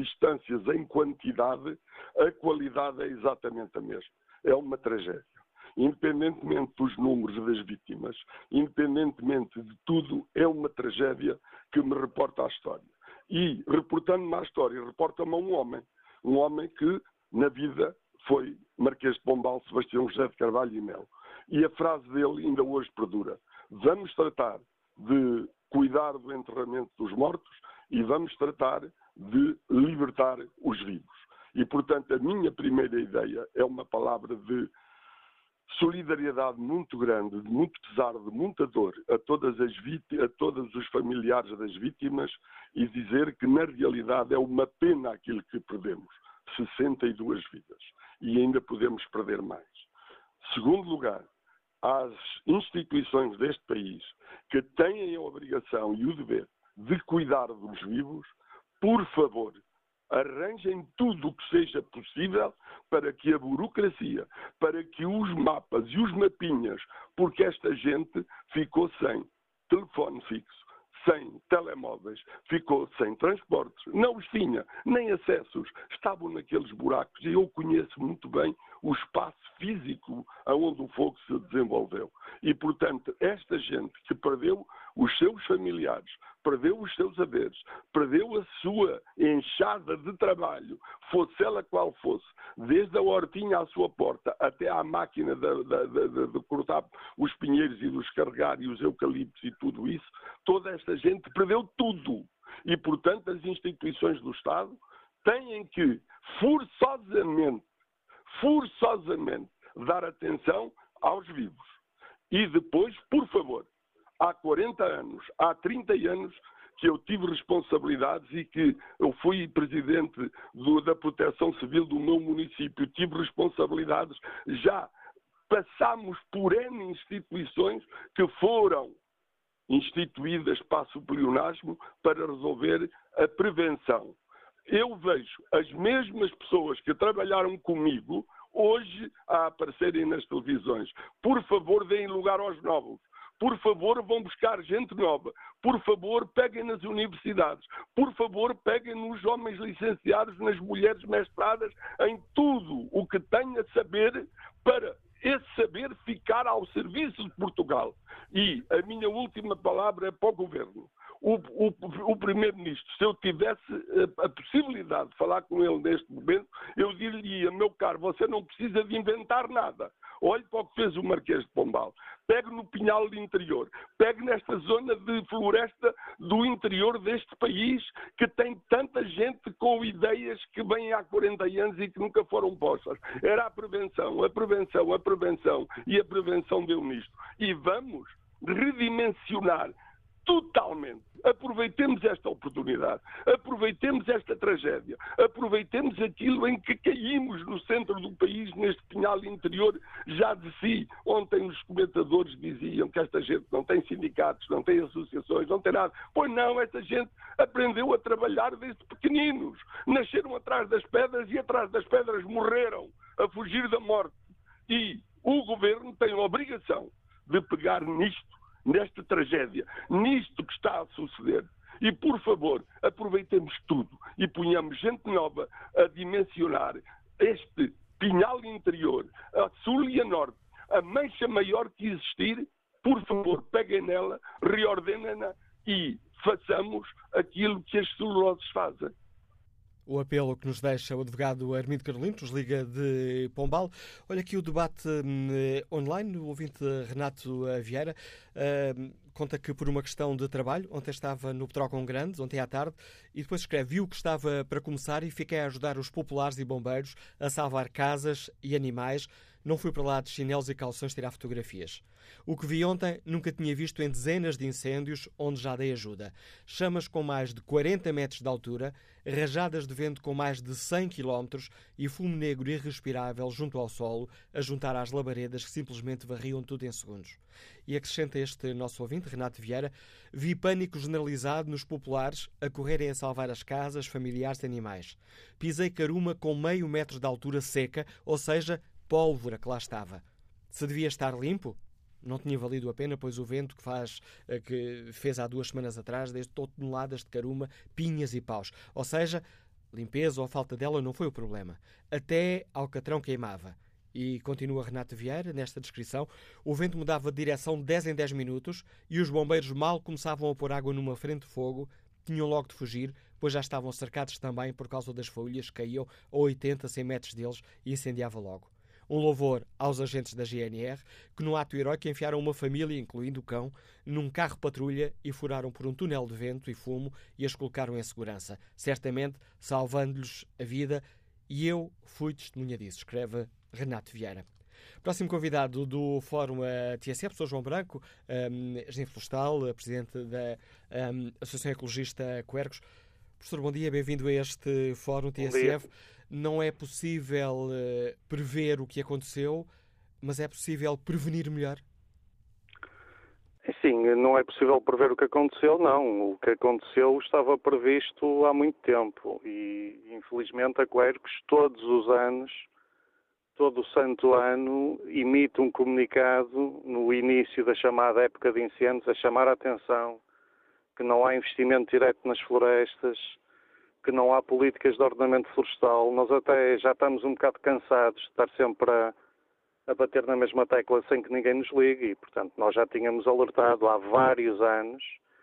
distâncias em quantidade, a qualidade é exatamente a mesma. É uma tragédia. independentemente dos números das vítimas, independentemente de tudo, é uma tragédia que me reporta a história. E, reportando-me à história, reporta-me a um homem, um homem que, na vida, foi Marquês de Pombal, Sebastião José de Carvalho e Melo. E a frase dele ainda hoje perdura. Vamos tratar de cuidar do enterramento dos mortos e vamos tratar de libertar os vivos. E, portanto, a minha primeira ideia é uma palavra de solidariedade muito grande, de muito pesar, de muita dor a todas as vítimas, a todos os familiares das vítimas e dizer que, na realidade, é uma pena aquilo que perdemos. sessenta e duas vidas. E ainda podemos perder mais. Segundo lugar, às instituições deste país que têm a obrigação e o dever de cuidar dos vivos, por favor, arranjem tudo o que seja possível para que a burocracia, para que os mapas e os mapinhas, porque esta gente ficou sem telefone fixo, sem telemóveis, ficou sem transportes, não os tinha, nem acessos, estavam naqueles buracos e eu conheço muito bem o espaço físico onde o fogo se desenvolveu. E, portanto, esta gente que perdeu os seus familiares, perdeu os seus haveres, perdeu a sua enxada de trabalho, fosse ela qual fosse, desde a hortinha à sua porta até à máquina de, de, de, de cortar os pinheiros e de os carregar e os eucaliptos e tudo isso, toda esta gente perdeu tudo. E, portanto, as instituições do Estado têm que forçosamente, forçosamente dar atenção aos vivos. E depois, por favor, há quarenta anos, há trinta anos que eu tive responsabilidades e que eu fui presidente do, da Proteção Civil do meu município, tive responsabilidades, já passámos por N instituições que foram instituídas, passo o pleonasmo, para resolver a prevenção. Eu vejo as mesmas pessoas que trabalharam comigo hoje a aparecerem nas televisões. Por favor, deem lugar aos novos. Por favor, vão buscar gente nova. Por favor, peguem nas universidades. Por favor, peguem nos homens licenciados, nas mulheres mestradas, em tudo o que tenha saber para esse saber ficar ao serviço de Portugal. E a minha última palavra é para o Governo. O, o, o Primeiro-Ministro, se eu tivesse a, a possibilidade de falar com ele neste momento, eu diria, meu caro, você não precisa de inventar nada. Olhe para o que fez o Marquês de Pombal. Pegue no Pinhal do Interior. Pegue nesta zona de floresta do interior deste país que tem tanta gente com ideias que vêm há quarenta anos e que nunca foram postas. Era a prevenção, a prevenção, a prevenção. E a prevenção deu nisto. E vamos redimensionar totalmente. Aproveitemos esta oportunidade, aproveitemos esta tragédia, aproveitemos aquilo em que caímos no centro do país, neste Pinhal interior, já de si. Ontem os comentadores diziam que esta gente não tem sindicatos, não tem associações, não tem nada. Pois não, esta gente aprendeu a trabalhar desde pequeninos. Nasceram atrás das pedras e atrás das pedras morreram, a fugir da morte. E o Governo tem a obrigação de pegar nisto, nesta tragédia, nisto que está a suceder. E, por favor, aproveitemos tudo e ponhamos gente nova a dimensionar este Pinhal interior, a sul e a norte, a mancha maior que existir. Por favor, peguem nela, reordenem-na e façamos aquilo que as celuloses fazem. O apelo que nos deixa o advogado Armindo Carolino, nos liga de Pombal. Olha aqui o debate hum, online, o ouvinte Renato Vieira hum, conta que por uma questão de trabalho, ontem estava no Petrócão Grande, ontem à tarde, e depois escreve, viu que estava para começar e fiquei a ajudar os populares e bombeiros a salvar casas e animais. Não fui para lá de chinelos e calções tirar fotografias. O que vi ontem nunca tinha visto em dezenas de incêndios onde já dei ajuda. Chamas com mais de quarenta metros de altura, rajadas de vento com mais de cem quilómetros e fumo negro irrespirável junto ao solo, a juntar às labaredas que simplesmente varriam tudo em segundos. E acrescenta este nosso ouvinte, Renato Vieira, vi pânico generalizado nos populares a correrem a salvar as casas, familiares e animais. Pisei caruma com meio metro de altura seca, ou seja, pólvora que lá estava. Se devia estar limpo? Não tinha valido a pena, pois o vento que, faz, que fez há duas semanas atrás, desde toneladas de caruma, pinhas e paus. Ou seja, limpeza ou falta dela não foi o problema. Até alcatrão queimava. E continua Renato Vieira nesta descrição. O vento mudava de direção de dez em dez minutos e os bombeiros mal começavam a pôr água numa frente de fogo, tinham logo de fugir, pois já estavam cercados também por causa das folhas que caíam a oitenta, cem metros deles e incendiava logo. Um louvor aos agentes da G N R, que no ato heroico enfiaram uma família, incluindo o cão, num carro patrulha e furaram por um túnel de vento e fumo e as colocaram em segurança, certamente salvando-lhes a vida, e eu fui testemunha disso, escreve Renato Vieira. Próximo convidado do Fórum T S F, professor João Branco, um, engenheiro florestal, presidente da um, Associação Ecologista Quercos. Professor, bom dia, bem-vindo a este Fórum T S F. Não é possível uh, prever o que aconteceu, mas é possível prevenir melhor? Sim, não é possível prever o que aconteceu, não. O que aconteceu estava previsto há muito tempo e, infelizmente, a Quercos todos os anos, todo o santo ano, emite um comunicado no início da chamada época de incêndios a chamar a atenção que não há investimento direto nas florestas, que não há políticas de ordenamento florestal. Nós até já estamos um bocado cansados de estar sempre a, a bater na mesma tecla sem que ninguém nos ligue e, portanto, nós já tínhamos alertado há vários anos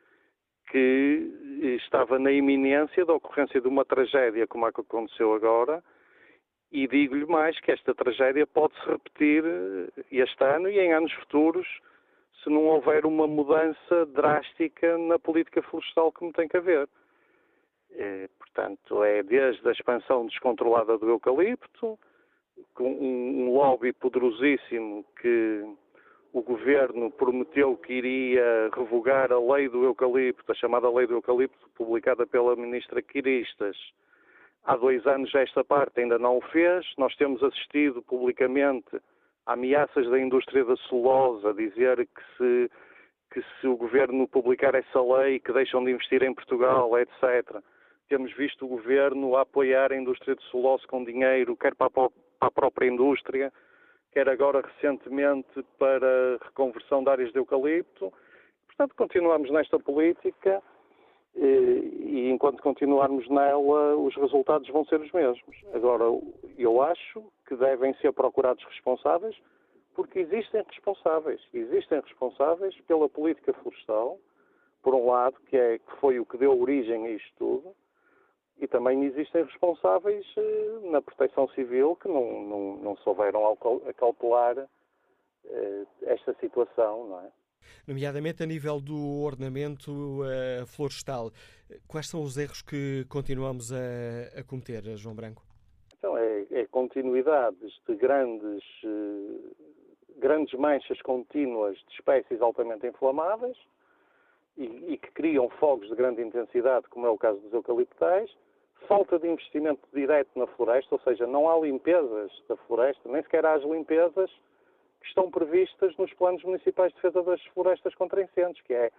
que estava na iminência da ocorrência de uma tragédia como a que aconteceu agora e digo-lhe mais que esta tragédia pode se repetir este ano e em anos futuros se não houver uma mudança drástica na política florestal como tem que haver. É, portanto, é desde a expansão descontrolada do eucalipto, com um, um lobby poderosíssimo que o governo prometeu que iria revogar a lei do eucalipto, a chamada lei do eucalipto, publicada pela ministra Quiristas. Há dois anos esta parte ainda não o fez. Nós temos assistido publicamente a ameaças da indústria da celulose a dizer que se, que se o governo publicar essa lei, que deixam de investir em Portugal, etcétera. Temos visto o governo a apoiar a indústria de celulose com dinheiro, quer para a própria indústria, quer agora recentemente para a reconversão de áreas de eucalipto. Portanto, continuamos nesta política e, e enquanto continuarmos nela, os resultados vão ser os mesmos. Agora, eu acho que devem ser procurados responsáveis, porque existem responsáveis. Existem responsáveis pela política florestal, por um lado, que, é, que foi o que deu origem a isto tudo, e também existem responsáveis eh, na proteção civil que não, não, não souberam acautelar eh, esta situação, não é? Nomeadamente a nível do ordenamento uh, florestal. Quais são os erros que continuamos a, a cometer, João Branco? Então, é, é continuidades de grandes, uh, grandes manchas contínuas de espécies altamente inflamáveis e, e que criam fogos de grande intensidade, como é o caso dos eucaliptais, falta de investimento direto na floresta, ou seja, não há limpezas da floresta, nem sequer há as limpezas que estão previstas nos planos municipais de defesa das florestas contra incêndios, que é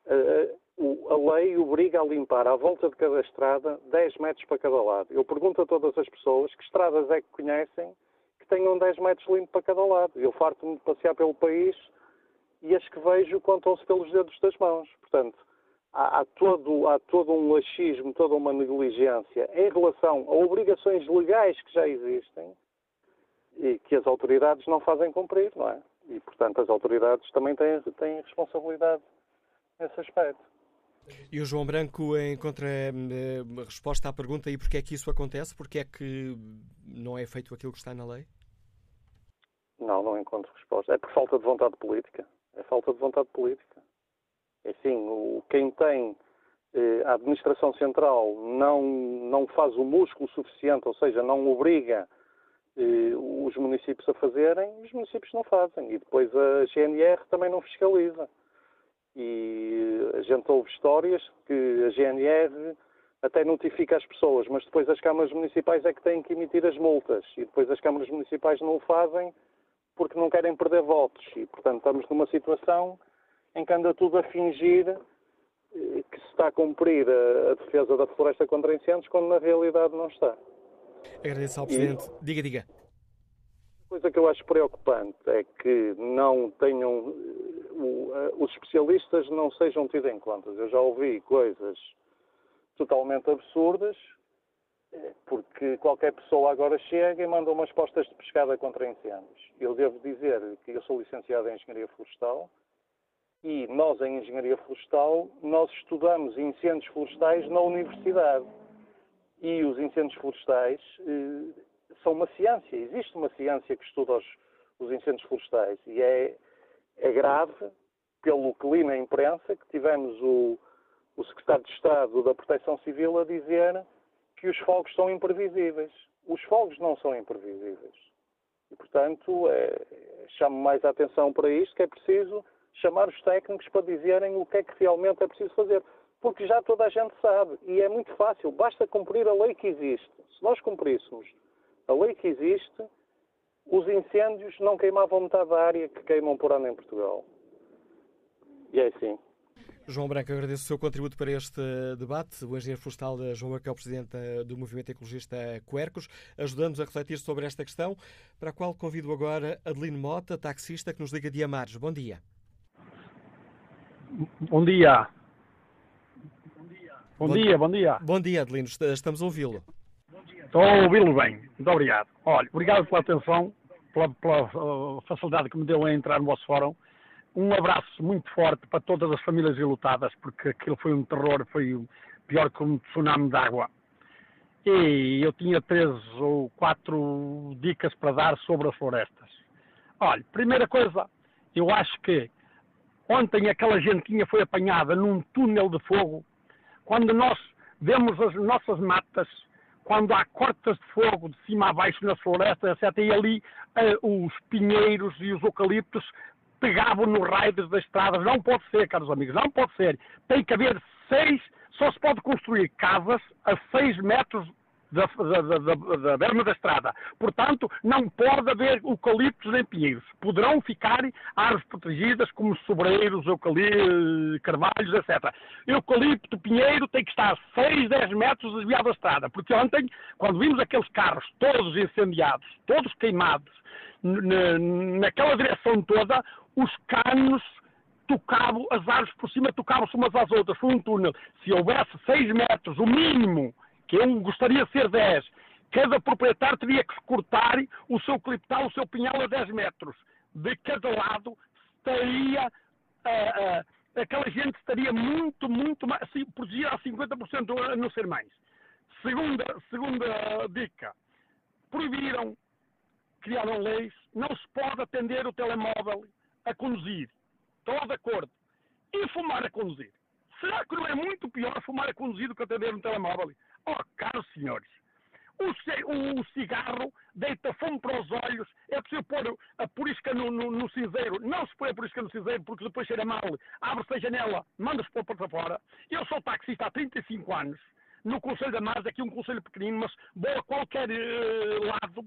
a, a lei obriga a limpar à volta de cada estrada dez metros para cada lado. Eu pergunto a todas as pessoas que estradas é que conhecem que tenham dez metros limpos para cada lado. Eu farto-me de passear pelo país e as que vejo contam-se pelos dedos das mãos. Portanto, há, há, todo, há todo um laxismo, toda uma negligência em relação a obrigações legais que já existem e que as autoridades não fazem cumprir, não é? E, portanto, as autoridades também têm, têm responsabilidade nesse aspecto. E o João Branco encontra eh, resposta à pergunta: e porquê é que isso acontece? Porquê é que não é feito aquilo que está na lei? Não, não encontro resposta. É por falta de vontade política. É falta de vontade política. É assim, o, quem tem eh, a administração central não, não faz o músculo suficiente, ou seja, não obriga eh, os municípios a fazerem, os municípios não fazem. E depois a G N R também não fiscaliza. E a gente ouve histórias que a G N R até notifica as pessoas, mas depois as câmaras municipais é que têm que emitir as multas. E depois as câmaras municipais não o fazem porque não querem perder votos. E, portanto, estamos numa situação em que anda tudo a fingir que se está a cumprir a, a defesa da floresta contra incêndios, quando na realidade não está. Agradeço ao Presidente. E... Diga, diga. A coisa que eu acho preocupante é que não tenham... os especialistas não sejam tidos em conta. Eu já ouvi coisas totalmente absurdas porque qualquer pessoa agora chega e manda umas postas de pescada contra incêndios. Eu devo dizer que eu sou licenciado em Engenharia Florestal e nós, em Engenharia Florestal, nós estudamos incêndios florestais na universidade. E os incêndios florestais eh, são uma ciência. Existe uma ciência que estuda os, os incêndios florestais e é, é grave, pelo que li na imprensa, que tivemos o, o Secretário de Estado da Proteção Civil a dizer que os fogos são imprevisíveis. Os fogos não são imprevisíveis. E, portanto, é, chamo mais a atenção para isto, que é preciso chamar os técnicos para dizerem o que é que realmente é preciso fazer. Porque já toda a gente sabe, e é muito fácil, basta cumprir a lei que existe. Se nós cumpríssemos a lei que existe, os incêndios não queimavam metade da área que queimam por ano em Portugal. E é assim. João Branco, agradeço o seu contributo para este debate. O engenheiro florestal João Branco é o presidente do movimento ecologista Quercus, ajudando-nos a refletir sobre esta questão, para a qual convido agora Adelino Mota, taxista, que nos liga de Amares. Bom dia. Bom dia. Bom, bom dia, bom dia. Bom dia, Adelino. Estamos a ouvi-lo. Estou a ouvi-lo bem. Muito obrigado. Olha, obrigado pela atenção, pela, pela uh, facilidade que me deu em entrar no vosso fórum. Um abraço muito forte para todas as famílias enlutadas, porque aquilo foi um terror, foi pior que um tsunami de água. E eu tinha três ou quatro dicas para dar sobre as florestas. Olha, primeira coisa, eu acho que ontem aquela gentinha foi apanhada num túnel de fogo. Quando nós vemos as nossas matas, quando há cortas de fogo de cima a baixo nas florestas, etcétera, e ali uh, os pinheiros e os eucaliptos pegavam nos raios das estradas. Não pode ser, caros amigos, não pode ser. Tem que haver seis, só se pode construir casas a seis metros da, da, da, da, da berma da estrada. Portanto, não pode haver eucaliptos nem pinheiros. Poderão ficar árvores protegidas como sobreiros, eucaliptos, carvalhos, etcétera. Eucalipto, pinheiro tem que estar a seis, dez metros desviado da estrada. Porque ontem, quando vimos aqueles carros todos incendiados, todos queimados, naquela direção toda, os canos tocavam, as árvores por cima tocavam-se umas às outras. Foi um túnel. Se houvesse seis metros, o mínimo, que eu gostaria de ser dez, cada proprietário teria que cortar o seu cliptal, o seu pinhal a dez metros. De cada lado estaria, uh, uh, aquela gente estaria muito, muito mais, assim, protegida a cinquenta por cento, a não ser mais. Segunda, segunda dica, proibiram, criaram leis, não se pode atender o telemóvel a conduzir. Estou de acordo. E fumar a conduzir. Será que não é muito pior fumar a conduzir do que atender um telemóvel? Oh, caros senhores, o, c- o cigarro deita fumo para os olhos, é preciso pôr a porisca no, no, no cinzeiro. Não se põe a porisca no cinzeiro porque depois cheira mal. Abre-se a janela, manda-se pôr para fora. Eu sou taxista há trinta e cinco anos, no Conselho da Mares, aqui um conselho pequenino, mas vou a qualquer uh, lado,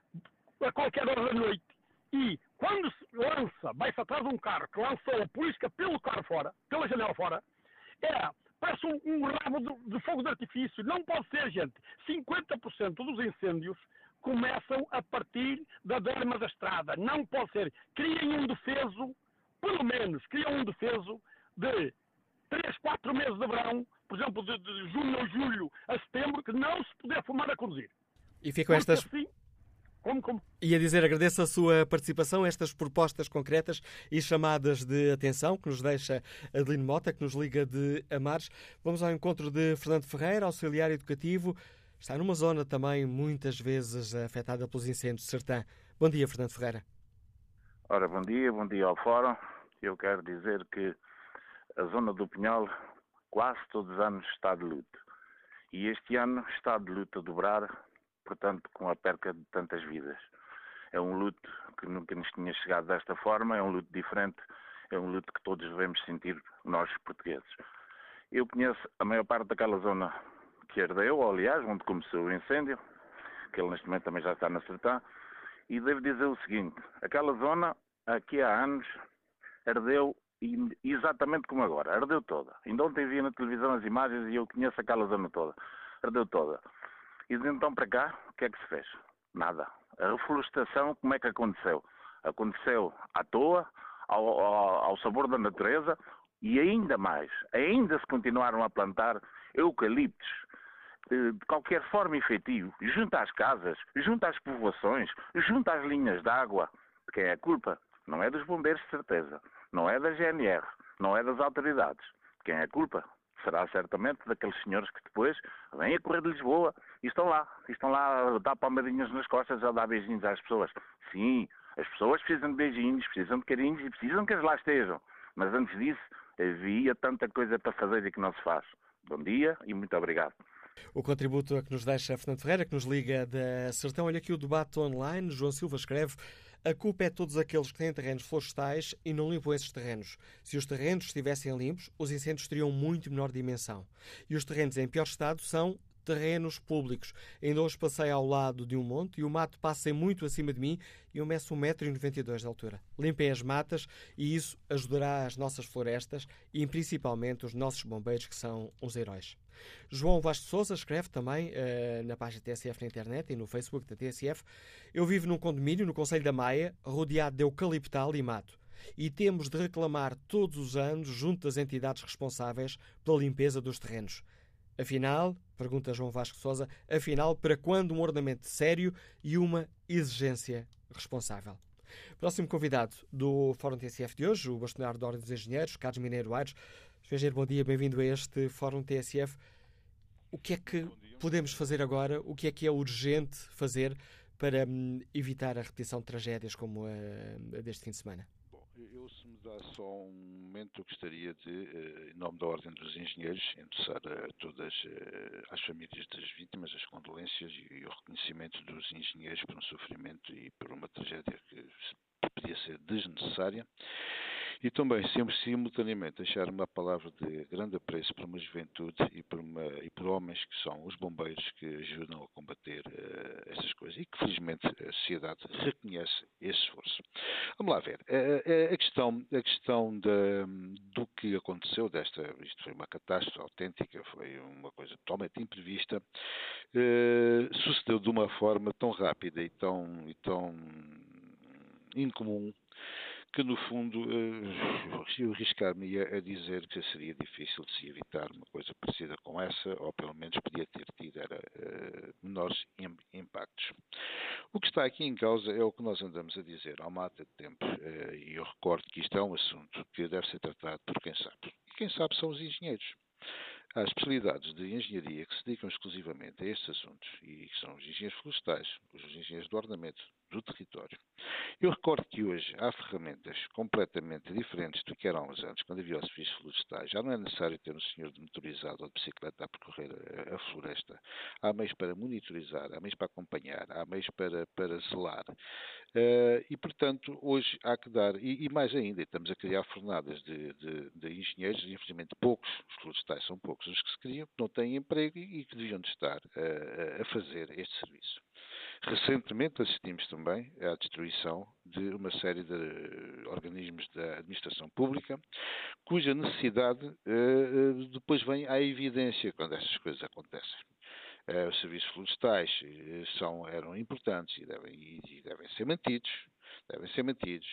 a qualquer hora da noite. E quando se lança, vai-se atrás de um carro que lançou a porisca pelo carro fora, pela janela fora, é, parece um, um rabo de, de fogo de artifício. Não pode ser, gente. cinquenta por cento dos incêndios começam a partir da berma da estrada. Não pode ser. Criem um defeso, pelo menos, criem um defeso de três, quatro meses de verão, por exemplo, de, de junho a julho a setembro, que não se puder fumar a conduzir. E ficam estas... Assim, Como, como? Ia dizer, agradeço a sua participação, estas propostas concretas e chamadas de atenção que nos deixa Adelino Mota, que nos liga de Amares. Vamos ao encontro de Fernando Ferreira, auxiliar educativo. Está numa zona também muitas vezes afetada pelos incêndios de Sertã. Bom dia, Fernando Ferreira. Ora, bom dia, bom dia ao Fórum. Eu quero dizer que a zona do Pinhal quase todos os anos está de luto. E este ano está de luto a dobrar, portanto, com a perca de tantas vidas. É um luto que nunca nos tinha chegado desta forma, é um luto diferente, é um luto que todos devemos sentir, nós portugueses. Eu conheço a maior parte daquela zona que ardeu, aliás, onde começou o incêndio, que ele neste momento também já está na Sertã, e devo dizer o seguinte, aquela zona, aqui há anos, ardeu exatamente como agora, ardeu toda. Ainda ontem vi na televisão as imagens e eu conheço aquela zona toda, ardeu toda. E de então para cá, o que é que se fez? Nada. A reflorestação, como é que aconteceu? Aconteceu à toa, ao, ao, ao sabor da natureza, e ainda mais, ainda se continuaram a plantar eucaliptos, de qualquer forma efetivo, junto às casas, junto às povoações, junto às linhas de água. Quem é a culpa? Não é dos bombeiros, de certeza. Não é da G N R. Não é das autoridades. Quem é a culpa? Será certamente daqueles senhores que depois vêm a correr de Lisboa e estão lá. E estão lá a dar palmadinhas nas costas a dar beijinhos às pessoas. Sim, as pessoas precisam de beijinhos, precisam de carinhos e precisam que eles lá estejam. Mas antes disso, havia tanta coisa para fazer e que não se faz. Bom dia e muito obrigado. O contributo a que nos deixa Fernando Ferreira, que nos liga da Sertão. Olha aqui o debate online. João Silva escreve: a culpa é de todos aqueles que têm terrenos florestais e não limpam esses terrenos. Se os terrenos estivessem limpos, os incêndios teriam muito menor dimensão. E os terrenos em pior estado são terrenos públicos. Ainda hoje passei ao lado de um monte e o mato passa muito acima de mim e eu meço um metro e noventa e dois de altura. Limpem as matas e isso ajudará as nossas florestas e principalmente os nossos bombeiros, que são uns heróis. João Vasco Sousa escreve também uh, na página T S F na internet e no Facebook da T S F: eu vivo num condomínio no Concelho da Maia, rodeado de eucaliptal e mato. E temos de reclamar todos os anos junto das entidades responsáveis pela limpeza dos terrenos. Afinal, pergunta João Vasco Sousa, afinal, para quando um ordenamento sério e uma exigência responsável? Próximo convidado do Fórum T S F de hoje, o bastonário da Ordem dos Engenheiros, Carlos Mineiro Aires. Engenheiro, bom dia, bem-vindo a este Fórum T S F. O que é que podemos fazer agora? O que é que é urgente fazer para hum, evitar a repetição de tragédias como a, a deste fim de semana? Eu, se me dá só um momento, gostaria de, em nome da Ordem dos Engenheiros, endossar a todas as famílias das vítimas as condolências e o reconhecimento dos engenheiros por um sofrimento e por uma tragédia que podia ser desnecessária. E também, sempre simultaneamente, deixar uma palavra de grande apreço por uma juventude e por, uma, e por homens que são os bombeiros que ajudam a combater uh, essas coisas e que, felizmente, a sociedade reconhece esse esforço. Vamos lá ver. A, a, a questão, a questão da, do que aconteceu, desta, isto foi uma catástrofe autêntica, foi uma coisa totalmente imprevista, uh, sucedeu de uma forma tão rápida e tão, e tão incomum, que no fundo eu arriscar-me a dizer que seria difícil de se evitar uma coisa parecida com essa, ou pelo menos podia ter tido era, uh, menores impactos. O que está aqui em causa é o que nós andamos a dizer há uma data de tempo, uh, e eu recordo que isto é um assunto que deve ser tratado por quem sabe. E quem sabe são os engenheiros. Há especialidades de engenharia que se dedicam exclusivamente a estes assuntos, e que são os engenheiros florestais, os engenheiros do ordenamento do território. Eu recordo que hoje há ferramentas completamente diferentes do que eram há uns anos, quando havia os serviços florestais. Já não é necessário ter um senhor de motorizado ou de bicicleta a percorrer a, a floresta. Há meios para monitorizar, há meios para acompanhar, há meios para, para zelar. Uh, e, portanto, hoje há que dar, e, e mais ainda, estamos a criar fornadas de, de, de engenheiros, e infelizmente poucos, os florestais são poucos os que se criam, que não têm emprego e, e que deviam de estar uh, a fazer este serviço. Recentemente assistimos também à destruição de uma série de organismos da administração pública, cuja necessidade uh, depois vem à evidência quando estas coisas acontecem. Uh, os serviços florestais uh, são, eram importantes e devem, e, e devem ser mantidos, devem ser mantidos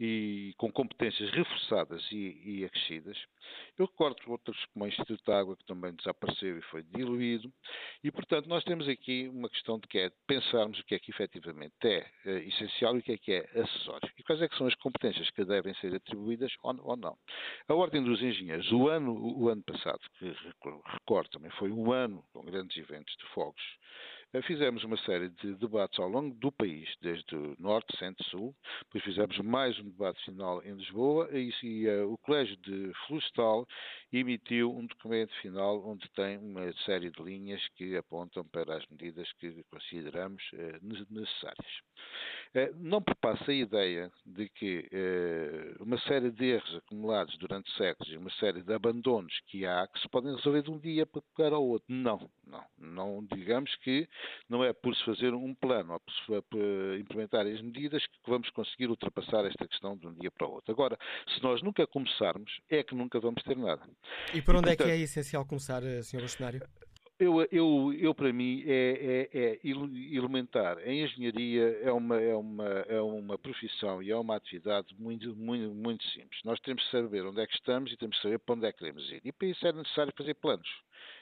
e com competências reforçadas e, e acrescidas. Eu recordo outros como o Instituto de Água, que também desapareceu e foi diluído, e portanto nós temos aqui uma questão de que é pensarmos o que é que efetivamente é uh, essencial e o que é que é acessório. E quais é que são as competências que devem ser atribuídas ou, ou não. A Ordem dos Engenheiros, o ano, o ano passado, que recordo também foi um ano com grandes eventos de fogos, fizemos uma série de debates ao longo do país, desde o norte, centro, sul. Depois fizemos mais um debate final em Lisboa e, e uh, o Colégio de Florestal emitiu um documento final onde tem uma série de linhas que apontam para as medidas que consideramos uh, necessárias. Uh, não perpassa a ideia de que uh, uma série de erros acumulados durante séculos e uma série de abandonos que há que se podem resolver de um dia para o outro. Não, não. Não digamos que não é por se fazer um plano ou por se implementar as medidas que vamos conseguir ultrapassar esta questão de um dia para o outro. Agora, se nós nunca começarmos, é que nunca vamos ter nada. E por onde e, portanto, é que é essencial começar, senhor Bastonário? Eu, eu, eu, para mim, é, é, é elementar. A engenharia é uma, é, uma, é uma profissão e é uma atividade muito, muito, muito simples. Nós temos que saber onde é que estamos e temos que saber para onde é que queremos ir. E para isso é necessário fazer planos.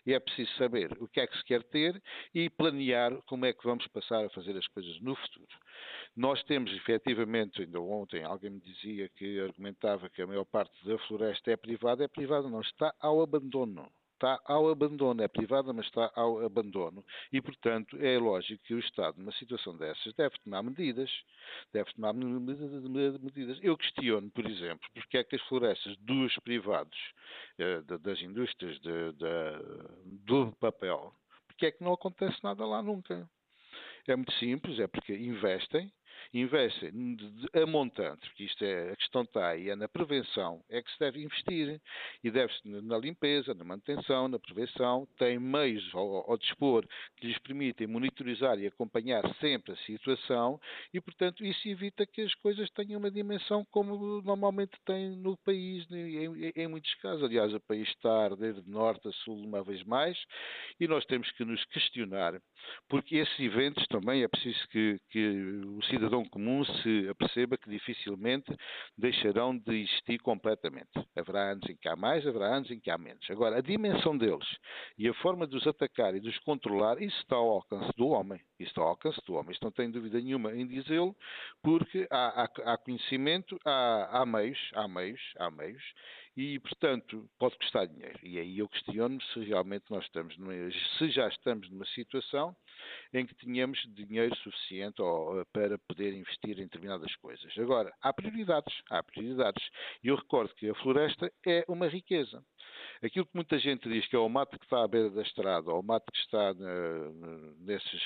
E é preciso saber o que é que se quer ter e planear como é que vamos passar a fazer as coisas no futuro. Nós temos, efetivamente, ainda ontem alguém me dizia que argumentava que a maior parte da floresta é privada. É privada, não, está ao abandono. Está ao abandono, é privada, mas está ao abandono. E, portanto, é lógico que o Estado, numa situação dessas, deve tomar medidas. Deve tomar medidas. Eu questiono, por exemplo, porque é que as florestas dos privados, das indústrias de, de, do papel, porque é que não acontece nada lá nunca? É muito simples, é porque investem, investem a montante, porque isto é, a questão está aí, é na prevenção, é que se deve investir, e deve-se na limpeza, na manutenção, na prevenção, tem meios ao, ao dispor que lhes permitem monitorizar e acompanhar sempre a situação, e portanto isso evita que as coisas tenham uma dimensão como normalmente tem no país, em, em muitos casos. Aliás, o país está a arder de norte a sul uma vez mais, e nós temos que nos questionar, porque esses eventos também é preciso que, que o cidadão comum se aperceba que dificilmente deixarão de existir completamente. Haverá anos em que há mais, haverá anos em que há menos. Agora, a dimensão deles e a forma de os atacar e de os controlar, isso está ao alcance do homem. Isso está ao alcance do homem. Isto não tem dúvida nenhuma em dizê-lo, porque há, há, há conhecimento, há, há meios, há meios, há meios, e, portanto, pode custar dinheiro. E aí eu questiono se realmente nós estamos, numa, se já estamos numa situação em que tenhamos dinheiro suficiente ou, para poder investir em determinadas coisas. Agora, há prioridades, há prioridades. E eu recordo que a floresta é uma riqueza. Aquilo que muita gente diz que é o mato que está à beira da estrada, ou o mato que está na, nesses,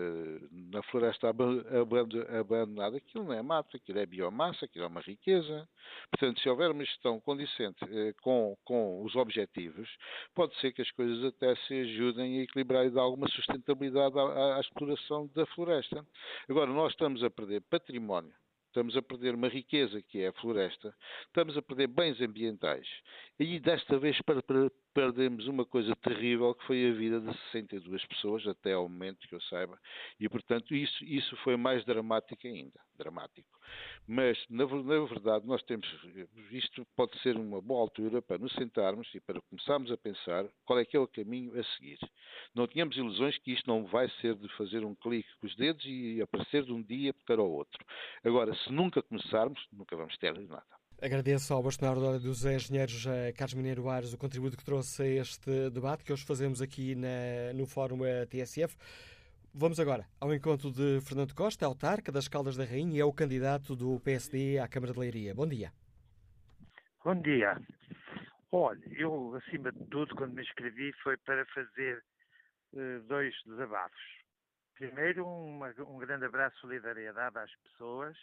na floresta abandonada, aquilo não é mato, aquilo é biomassa, aquilo é uma riqueza. Portanto, se houver uma gestão condicente com, com os objetivos, pode ser que as coisas até se ajudem a equilibrar e dar alguma sustentabilidade à, à exploração da floresta. Agora, nós estamos a perder património. Estamos a perder uma riqueza que é a floresta, estamos a perder bens ambientais. E desta vez para, para, perdemos uma coisa terrível que foi a vida de sessenta e duas pessoas, até ao momento que eu saiba, e portanto isso, isso foi mais dramático ainda, dramático. Mas na, na verdade nós temos, isto pode ser uma boa altura para nos sentarmos e para começarmos a pensar qual é que é o caminho a seguir. Não tínhamos ilusões que isto não vai ser de fazer um clique com os dedos e aparecer de um dia para o outro. Agora, se nunca começarmos, nunca vamos ter nada. Agradeço ao bastonário dos engenheiros Carlos Mineiro Aires o contributo que trouxe a este debate que hoje fazemos aqui na, no Fórum T S F. Vamos agora ao encontro de Fernando Costa, autarca das Caldas da Rainha e é o candidato do P S D à Câmara de Leiria. Bom dia. Bom dia. Olha, eu, acima de tudo, quando me inscrevi, foi para fazer uh, dois desabafos. Primeiro, uma, um grande abraço de solidariedade às pessoas,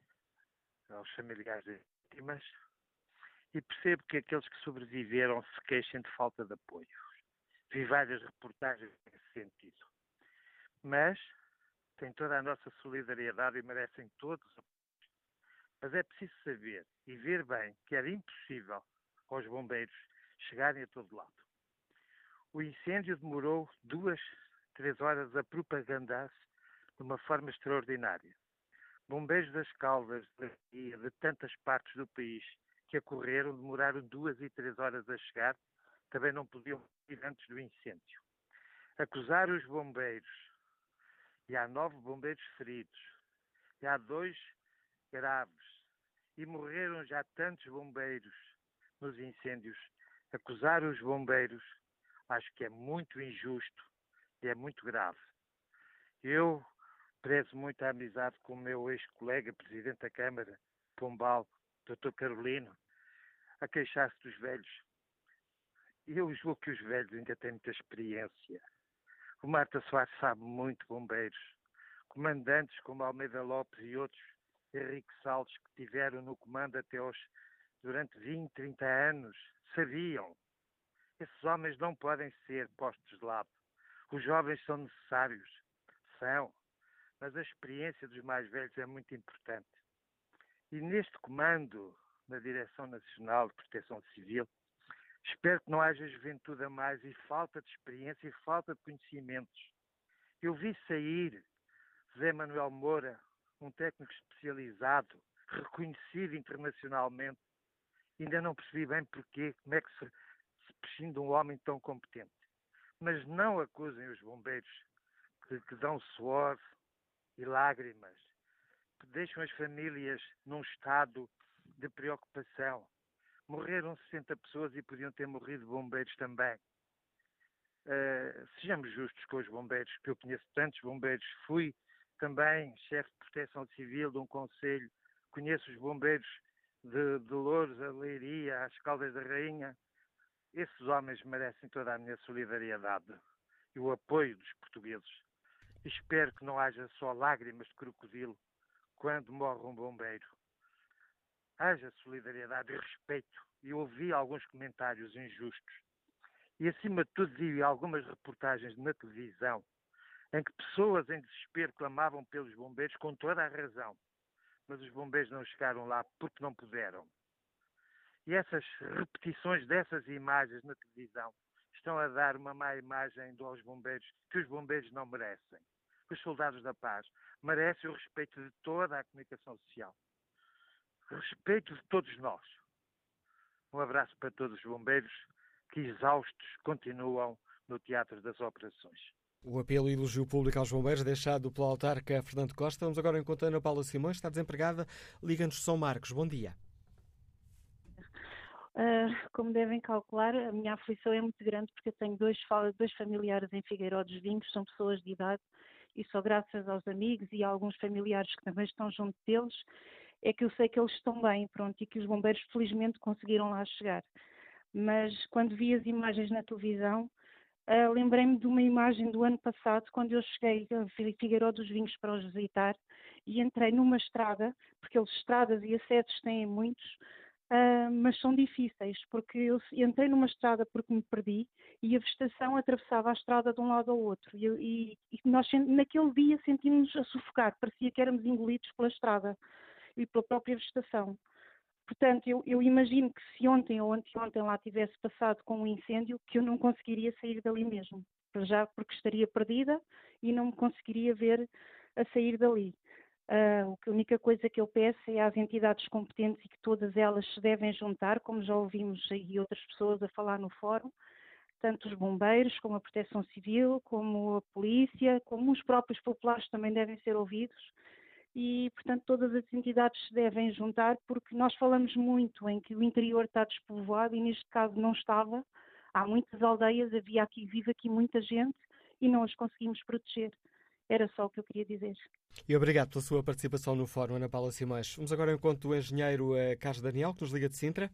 aos familiares das vítimas, e percebo que aqueles que sobreviveram se queixem de falta de apoio. Vi várias reportagens nesse sentido. Mas têm toda a nossa solidariedade e merecem todos. Mas é preciso saber e ver bem que era impossível aos bombeiros chegarem a todo lado. O incêndio demorou duas, três horas a propagandar-se de uma forma extraordinária. Bombeiros das Caldas e de tantas partes do país que acorreram demoraram duas e três horas a chegar, também não podiam ir antes do incêndio. Acusar os bombeiros, e há nove bombeiros feridos, e há dois graves, e morreram já tantos bombeiros nos incêndios, acusar os bombeiros acho que é muito injusto e é muito grave. Eu prezo muito a amizade com o meu ex-colega, Presidente da Câmara, Pombal, doutor Carolino, a queixar-se dos velhos. E eu julgo que os velhos ainda têm muita experiência. O Marta Soares sabe muito bombeiros. Comandantes como Almeida Lopes e outros, Henrique Salles, que tiveram no comando até aos, durante vinte, trinta anos, sabiam. Esses homens não podem ser postos de lado. Os jovens são necessários. São. Mas a experiência dos mais velhos é muito importante. E neste comando, na Direção Nacional de Proteção Civil, espero que não haja juventude a mais e falta de experiência e falta de conhecimentos. Eu vi sair José Manuel Moura, um técnico especializado, reconhecido internacionalmente. Ainda não percebi bem porquê, como é que se, se prescinde de um homem tão competente. mas não acusem os bombeiros que, que dão suor e lágrimas, que deixam as famílias num estado de preocupação. Morreram sessenta pessoas e podiam ter morrido bombeiros também. Uh, sejamos justos com os bombeiros, que eu conheço tantos bombeiros. Fui também chefe de proteção civil de um concelho. Conheço os bombeiros de, de Louros, a Leiria, as Caldas da Rainha. Esses homens merecem toda a minha solidariedade e o apoio dos portugueses. Espero que não haja só lágrimas de crocodilo quando morre um bombeiro. Haja solidariedade e respeito. E ouvi alguns comentários injustos. E, acima de tudo, vi algumas reportagens na televisão em que pessoas em desespero clamavam pelos bombeiros com toda a razão. Mas os bombeiros não chegaram lá porque não puderam. E essas repetições dessas imagens na televisão estão a dar uma má imagem aos bombeiros, que os bombeiros não merecem. Os soldados da paz merecem o respeito de toda a comunicação social. O respeito de todos nós. Um abraço para todos os bombeiros que, exaustos, continuam no Teatro das Operações. O apelo e elogio público aos bombeiros deixado pela autarca Fernando Costa. Vamos agora encontrar a Ana Paula Simões, está desempregada. Liga-nos São Marcos. Bom dia. Uh, como devem calcular, a minha aflição é muito grande porque eu tenho dois, dois familiares em Figueiró dos Vinhos, são pessoas de idade, e só graças aos amigos e a alguns familiares que também estão junto deles é que eu sei que eles estão bem, pronto, e que os bombeiros felizmente conseguiram lá chegar. Mas quando vi as imagens na televisão, uh, lembrei-me de uma imagem do ano passado, quando eu cheguei a Figueiró dos Vinhos para os visitar e entrei numa estrada, porque eles estradas e acessos têm muitos, Uh, mas são difíceis, porque eu entrei numa estrada porque me perdi e a vegetação atravessava a estrada de um lado ao outro e, e, e nós naquele dia sentimos-nos a sufocar, parecia que éramos engolidos pela estrada e pela própria vegetação. Portanto, eu, eu imagino que se ontem ou anteontem lá tivesse passado com um incêndio, que eu não conseguiria sair dali mesmo, já porque estaria perdida e não me conseguiria ver a sair dali. Uh, a única coisa que eu peço é às entidades competentes e que todas elas se devem juntar, como já ouvimos aí outras pessoas a falar no fórum, tanto os bombeiros, como a Proteção Civil, como a polícia, como os próprios populares também devem ser ouvidos e, portanto, todas as entidades se devem juntar porque nós falamos muito em que o interior está despovoado e neste caso não estava. Há muitas aldeias, havia aqui, vive aqui muita gente e não as conseguimos proteger. Era só o que eu queria dizer. E obrigado pela sua participação no Fórum, Ana Paula Simões. Vamos agora ao encontro do engenheiro Carlos Daniel, que nos liga de Sintra.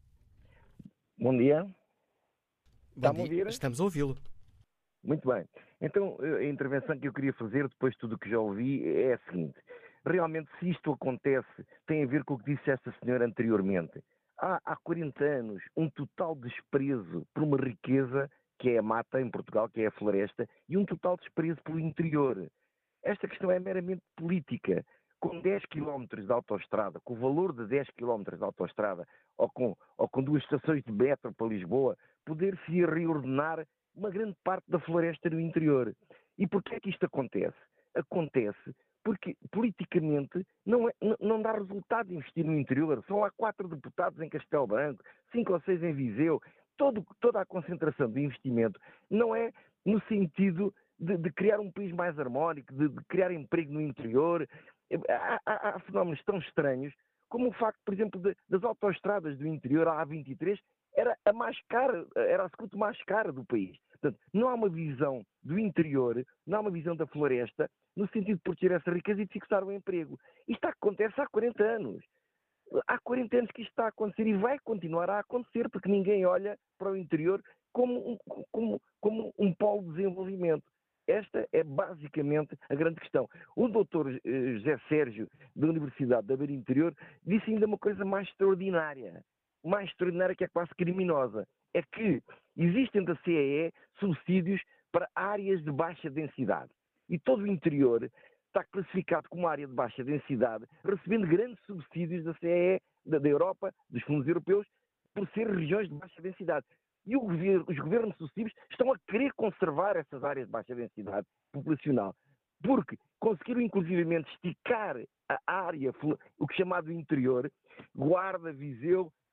Bom dia. Bom dia. A ouvir? Estamos a ouvi-lo. Muito bem. Então, a intervenção que eu queria fazer, depois de tudo o que já ouvi, é a seguinte. Realmente, se isto acontece, tem a ver com o que disse esta senhora anteriormente. Há, há quarenta anos, um total desprezo por uma riqueza que é a mata em Portugal, que é a floresta, e um total desprezo pelo interior. Esta questão é meramente política. Com dez quilómetros de autoestrada, com o valor de dez quilómetros de autoestrada, ou com, ou com duas estações de metro para Lisboa, poder-se reordenar uma grande parte da floresta no interior. E porquê é que isto acontece? Acontece porque, politicamente, não, é, não dá resultado investir no interior. São lá quatro deputados em Castelo Branco, cinco ou seis em Viseu. Todo, toda a concentração de investimento não é no sentido de, de criar um país mais harmónico, de, de criar emprego no interior. Há, há, há fenómenos tão estranhos como o facto, por exemplo, de, das autoestradas do interior, a A vinte e três, era a mais cara, era a circuito mais cara do país. Portanto, não há uma visão do interior, não há uma visão da floresta, no sentido de proteger essa riqueza e de fixar o emprego. Isto acontece há quarenta anos. Há quarenta anos que isto está a acontecer e vai continuar a acontecer, porque ninguém olha para o interior como um, como, como um polo de desenvolvimento. Esta é basicamente a grande questão. O doutor José Sérgio, da Universidade da Beira Interior, disse ainda uma coisa mais extraordinária, mais extraordinária que é quase criminosa, é que existem da C E E subsídios para áreas de baixa densidade. E todo o interior está classificado como área de baixa densidade, recebendo grandes subsídios da C E E, da, da Europa, dos fundos europeus, por ser regiões de baixa densidade. E o governo, os governos sucessivos estão a querer conservar essas áreas de baixa densidade populacional, porque conseguiram inclusivamente esticar a área, o que é chamado interior, Guarda, Viseu,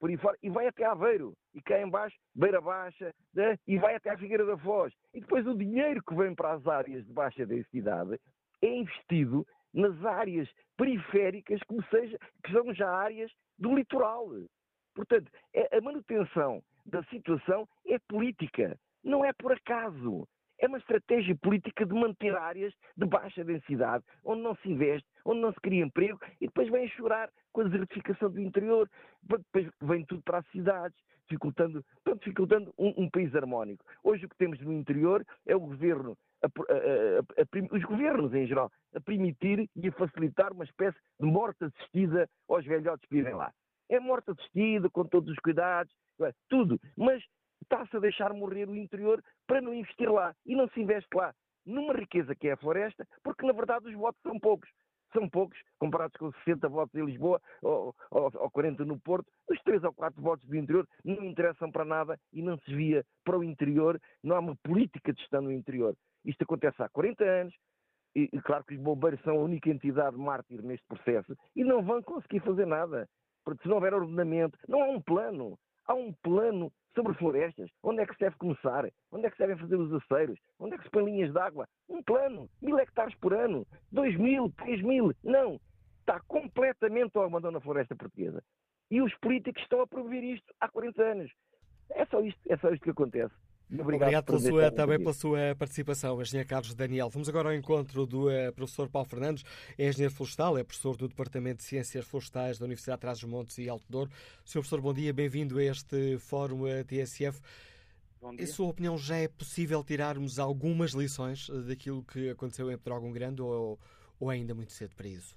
por aí fora, e vai até Aveiro, e cá em baixo, Beira Baixa, né? E vai até à Figueira da Foz. E depois o dinheiro que vem para as áreas de baixa densidade é investido nas áreas periféricas, como seja, que são já áreas do litoral. Portanto, a manutenção da situação é política, não é por acaso. É uma estratégia política de manter áreas de baixa densidade, onde não se investe, onde não se cria emprego, e depois vem chorar com a desertificação do interior, depois vem tudo para as cidades, dificultando, dificultando um, um país harmónico. Hoje o que temos no interior é o governo, a, a, a, a, os governos em geral, a permitir e a facilitar uma espécie de morte assistida aos velhotes que vivem lá. É morte assistida, com todos os cuidados, tudo, mas está-se a deixar morrer o interior para não investir lá. E não se investe lá numa riqueza que é a floresta, porque na verdade os votos são poucos. São poucos, comparados com os sessenta votos em Lisboa ou, ou, ou quarenta no Porto. Os três ou quatro votos do interior não interessam para nada e não se desvia para o interior. Não há uma política de gestão no interior. Isto acontece há quarenta anos. E, e claro que os bombeiros são a única entidade mártir neste processo e não vão conseguir fazer nada. Porque se não houver ordenamento, não há um plano. Há um plano sobre florestas. Onde é que se deve começar? Onde é que se devem fazer os aceiros? Onde é que se põe linhas de água? Um plano. Mil hectares por ano. Dois mil, três mil. Não. Está completamente ao abandono da floresta portuguesa. E os políticos estão a promover isto há quarenta anos. É só isto, é só isto que acontece. Obrigado, Obrigado pela sua, também pela sua participação, engenheiro Carlos Daniel. Vamos agora ao encontro do uh, professor Paulo Fernandes, é engenheiro florestal, é professor do Departamento de Ciências Florestais da Universidade de Trás-os-Montes e Alto Douro. senhor professor, bom dia, bem-vindo a este Fórum uh, T S F. Bom dia. Em sua opinião, já é possível tirarmos algumas lições uh, daquilo que aconteceu em Pedrógão Grande ou, ou é ainda muito cedo para isso?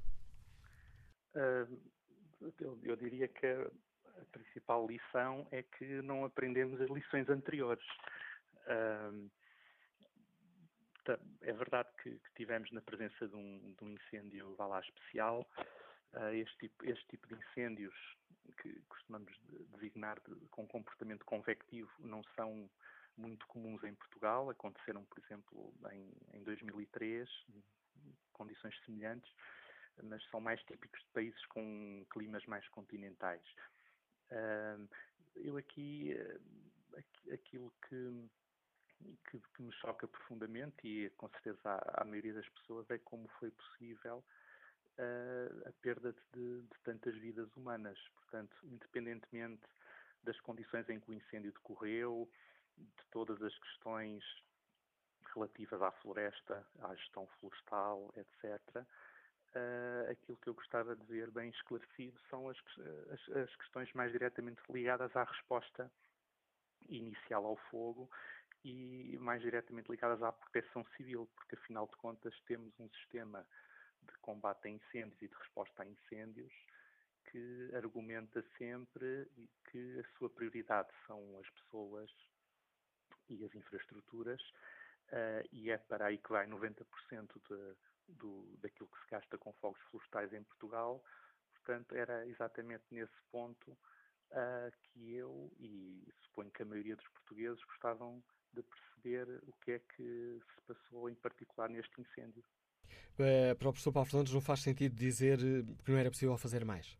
Uh, eu, eu diria que a, a principal lição é que não aprendemos as lições anteriores. Uh, é verdade que, que tivemos na presença de um, de um incêndio, vá lá, especial. Uh, este, tipo, este tipo de incêndios, que costumamos designar de, com comportamento convectivo, não são muito comuns em Portugal. Aconteceram, por exemplo, em, em dois mil e três, condições semelhantes, mas são mais típicos de países com climas mais continentais. Uh, eu aqui, uh, aquilo que Que, que me choca profundamente, e com certeza à, à maioria das pessoas, é como foi possível uh, a perda de, de tantas vidas humanas. Portanto, independentemente das condições em que o incêndio decorreu, de todas as questões relativas à floresta, à gestão florestal, etcétera, uh, aquilo que eu gostava de ver bem esclarecido são as, as, as questões mais diretamente ligadas à resposta inicial ao fogo e mais diretamente ligadas à proteção civil, porque afinal de contas temos um sistema de combate a incêndios e de resposta a incêndios que argumenta sempre que a sua prioridade são as pessoas e as infraestruturas, uh, e é para aí que vai noventa por cento de, do, daquilo que se gasta com fogos florestais em Portugal. Portanto, era exatamente nesse ponto uh, que eu, e suponho que a maioria dos portugueses, gostavam de perceber o que é que se passou em particular neste incêndio. Uh, para o professor Paulo Fernandes, não faz sentido dizer que não era possível fazer mais?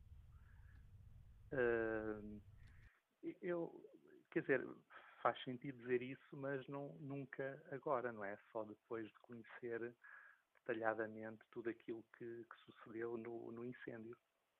Uh, eu, quer dizer, faz sentido dizer isso, mas não, nunca agora, não é? Só depois de conhecer detalhadamente tudo aquilo que, que sucedeu no, no incêndio.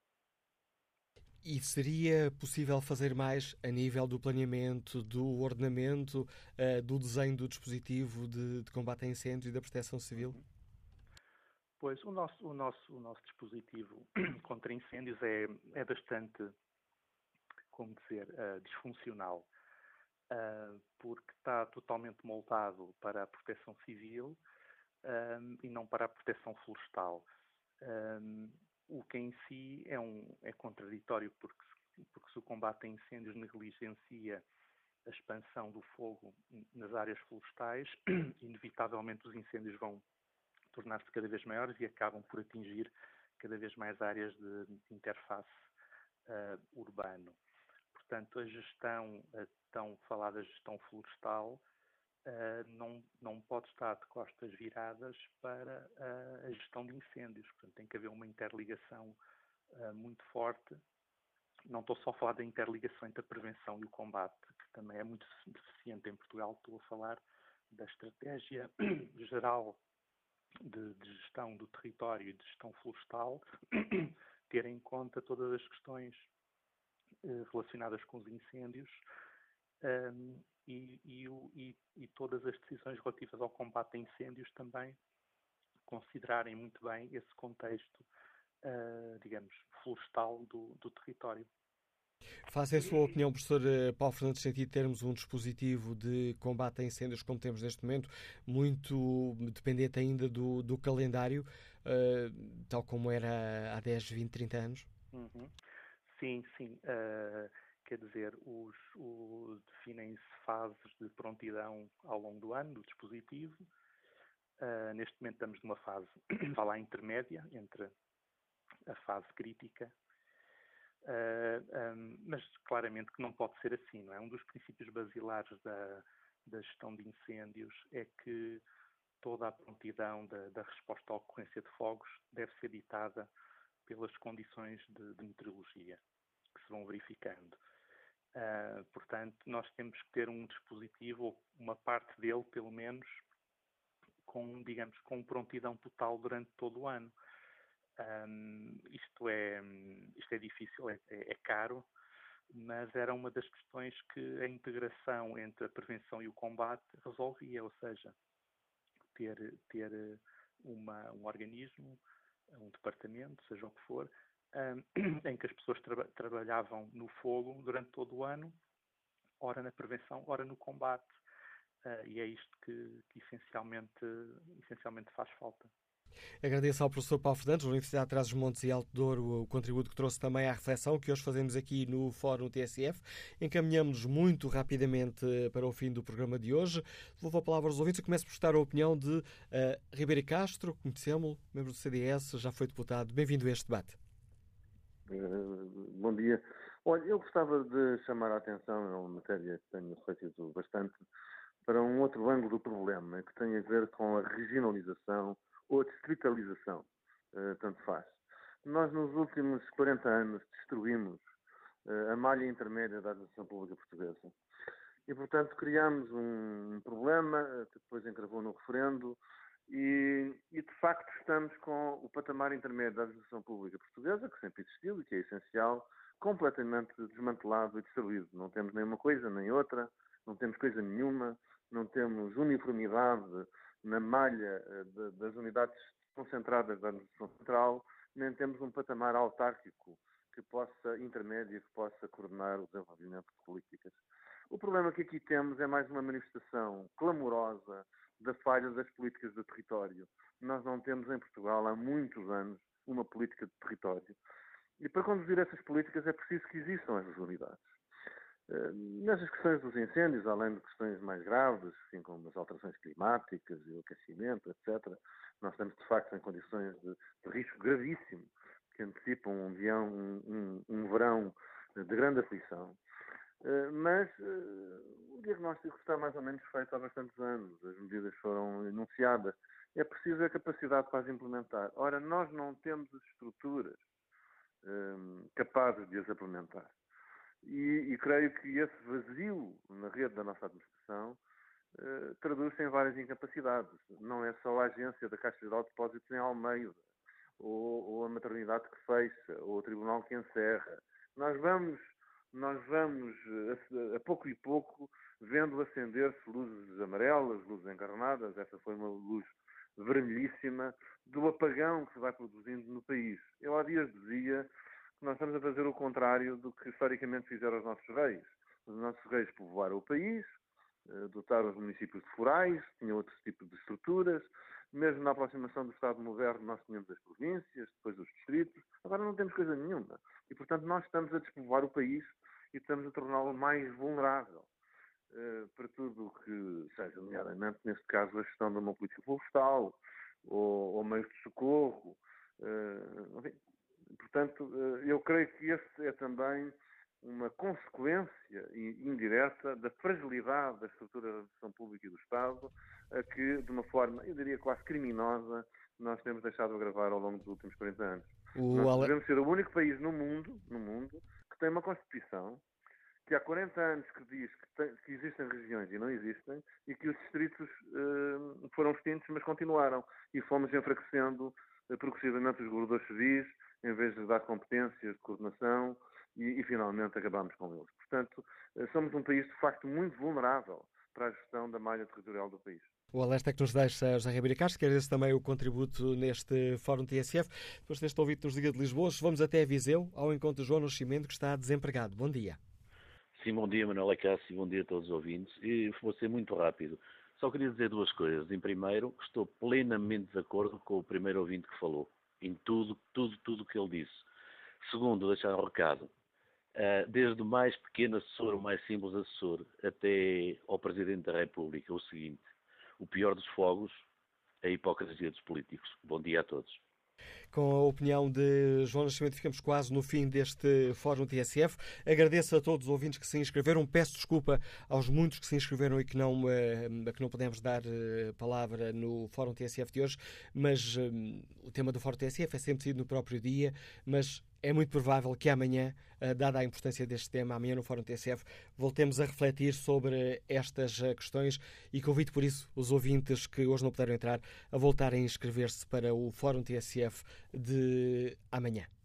E seria possível fazer mais a nível do planeamento, do ordenamento, uh, do desenho do dispositivo de, de combate a incêndios e da proteção civil? Pois, o nosso, o nosso, o nosso dispositivo contra incêndios é, é bastante, como dizer, uh, disfuncional, uh, porque está totalmente moldado para a proteção civil um, e não para a proteção florestal. Um, O que em si é, um, é contraditório, porque, porque se o combate a incêndios negligencia a expansão do fogo nas áreas florestais, inevitavelmente os incêndios vão tornar-se cada vez maiores e acabam por atingir cada vez mais áreas de, de interface uh, urbano. Portanto, a gestão, a tão falada gestão florestal, Uh, não, não pode estar de costas viradas para uh, a gestão de incêndios. Portanto, tem que haver uma interligação uh, muito forte não estou só a falar da interligação entre a prevenção e o combate, que também é muito deficiente em Portugal, estou a falar da estratégia geral de, de gestão do território e de gestão florestal, ter em conta todas as questões eh, relacionadas com os incêndios um, e, e, e, e todas as decisões relativas ao combate a incêndios também considerarem muito bem esse contexto, uh, digamos, florestal do, do território. Faça em sua opinião, professor Paulo Fernandes, sentido termos um dispositivo de combate a incêndios como temos neste momento, muito dependente ainda do, do calendário, uh, tal como era há dez, vinte, trinta anos? Uhum. Sim, sim. Uh, quer dizer, os, os, definem-se fases de prontidão ao longo do ano do dispositivo. Uh, neste momento estamos numa fase, vá lá, intermédia, entre a fase crítica. Uh, um, mas claramente que não pode ser assim, não é? Um dos princípios basilares da, da gestão de incêndios é que toda a prontidão da, da resposta à ocorrência de fogos deve ser ditada pelas condições de, de meteorologia que se vão verificando. Uh, portanto, nós temos que ter um dispositivo, ou uma parte dele, pelo menos, com, digamos, com prontidão total durante todo o ano. Um, isto, é, isto é difícil, é, é caro, mas era uma das questões que a integração entre a prevenção e o combate resolvia, ou seja, ter, ter uma, um organismo, um departamento, seja o que for, um, em que as pessoas traba, trabalhavam no fogo durante todo o ano, ora na prevenção, ora no combate. Uh, e é isto que, que essencialmente, essencialmente faz falta. Agradeço ao professor Paulo Fernandes, da Universidade de Trás-os-Montes e Alto Douro, o contributo que trouxe também à reflexão que hoje fazemos aqui no Fórum T S F. Encaminhamos muito rapidamente para o fim do programa de hoje. Devolvo a palavra aos ouvintes e começo por estar a opinião de uh, Ribeiro Castro, conhecemos-lo, membro do C D S, já foi deputado. Bem-vindo a este debate. Uh, bom dia. Olha, eu gostava de chamar a atenção, é uma matéria que tenho refletido bastante, para um outro ângulo do problema, que tem a ver com a regionalização ou a distritalização, uh, tanto faz. Nós, nos últimos quarenta anos, destruímos uh, a malha intermédia da administração pública portuguesa. E, portanto, criámos um, um problema que depois encravou no referendo e, e, de facto, estamos com o patamar intermédio da administração pública portuguesa, que sempre existiu e que é essencial, completamente desmantelado e destruído. Não temos nem uma coisa nem outra, não temos coisa nenhuma, não temos uniformidade na malha de, das unidades concentradas da administração central, nem temos um patamar autárquico que possa, intermédio, que possa coordenar o desenvolvimento de políticas. O problema que aqui temos é mais uma manifestação clamorosa da falha das políticas do território. Nós não temos em Portugal há muitos anos uma política de território. E para conduzir essas políticas é preciso que existam as unidades. Nessas questões dos incêndios, além de questões mais graves, assim como as alterações climáticas e o aquecimento, etcétera, nós estamos, de facto, em condições de, de risco gravíssimo, que antecipam um, vião, um, um, um verão de grande aflição. Mas o diagnóstico está mais ou menos feito há bastantes anos, as medidas foram enunciadas, é preciso a capacidade para as implementar. Ora, nós não temos as estruturas um, capazes de as implementar. E, e creio que esse vazio na rede da nossa administração eh, traduz-se em várias incapacidades. Não é só a agência da Caixa Geral de Depósitos em Almeida, ou, ou a maternidade que fecha, ou o tribunal que encerra. Nós vamos, nós vamos a, a pouco e pouco, vendo acender-se luzes amarelas, luzes encarnadas, essa foi uma luz vermelhíssima, do apagão que se vai produzindo no país. Eu há dias dizia nós estamos a fazer o contrário do que historicamente fizeram os nossos reis. Os nossos reis povoaram o país, dotaram os municípios de forais, tinham outros tipos de estruturas. Mesmo na aproximação do Estado moderno nós tínhamos as províncias, depois os distritos. Agora não temos coisa nenhuma. E, portanto, nós estamos a despovoar o país e estamos a torná-lo mais vulnerável uh, para tudo o que seja, nomeadamente, neste caso, a gestão de uma política florestal ou, ou meios de socorro. Uh, enfim, Portanto, eu creio que esse é também uma consequência indireta da fragilidade da estrutura da administração pública e do Estado, a que, de uma forma, eu diria quase criminosa, nós temos deixado agravar ao longo dos últimos quarenta anos. O nós Ale... devemos ser o único país no mundo, no mundo que tem uma Constituição que há quarenta anos que diz que, tem, que existem regiões e não existem, e que os distritos eh, foram extintos, mas continuaram. E fomos enfraquecendo eh, progressivamente os governadores civis, em vez de dar competências de coordenação, e, e finalmente acabámos com eles. Portanto, eh, somos um país, de facto, muito vulnerável para a gestão da malha territorial do país. O alerta que nos deixa José Ribeiro Castro, que agradeço também o contributo neste Fórum T S F. Depois deste ouvinte nos Liga de Lisboa, vamos até Viseu, ao encontro de João Nascimento, que está desempregado. Bom dia. Sim, bom dia, Manuel Acácio, bom dia a todos os ouvintes. E vou ser muito rápido. Só queria dizer duas coisas. Em primeiro, estou plenamente de acordo com o primeiro ouvinte que falou, em tudo, tudo, tudo o que ele disse. Segundo, deixar um recado. Desde o mais pequeno assessor, o mais simples assessor, até ao Presidente da República, o seguinte: o pior dos fogos é a hipocrisia dos políticos. Bom dia a todos. Com a opinião de João Nascimento, ficamos quase no fim deste Fórum T S F. Agradeço a todos os ouvintes que se inscreveram. Peço desculpa aos muitos que se inscreveram e que não, que não pudemos dar palavra no Fórum T S F de hoje, mas um, o tema do Fórum T S F é sempre sido no próprio dia, mas é muito provável que amanhã, dada a importância deste tema, amanhã no Fórum T S F, voltemos a refletir sobre estas questões e convido por isso os ouvintes que hoje não puderam entrar a voltarem a inscrever-se para o Fórum T S F de amanhã.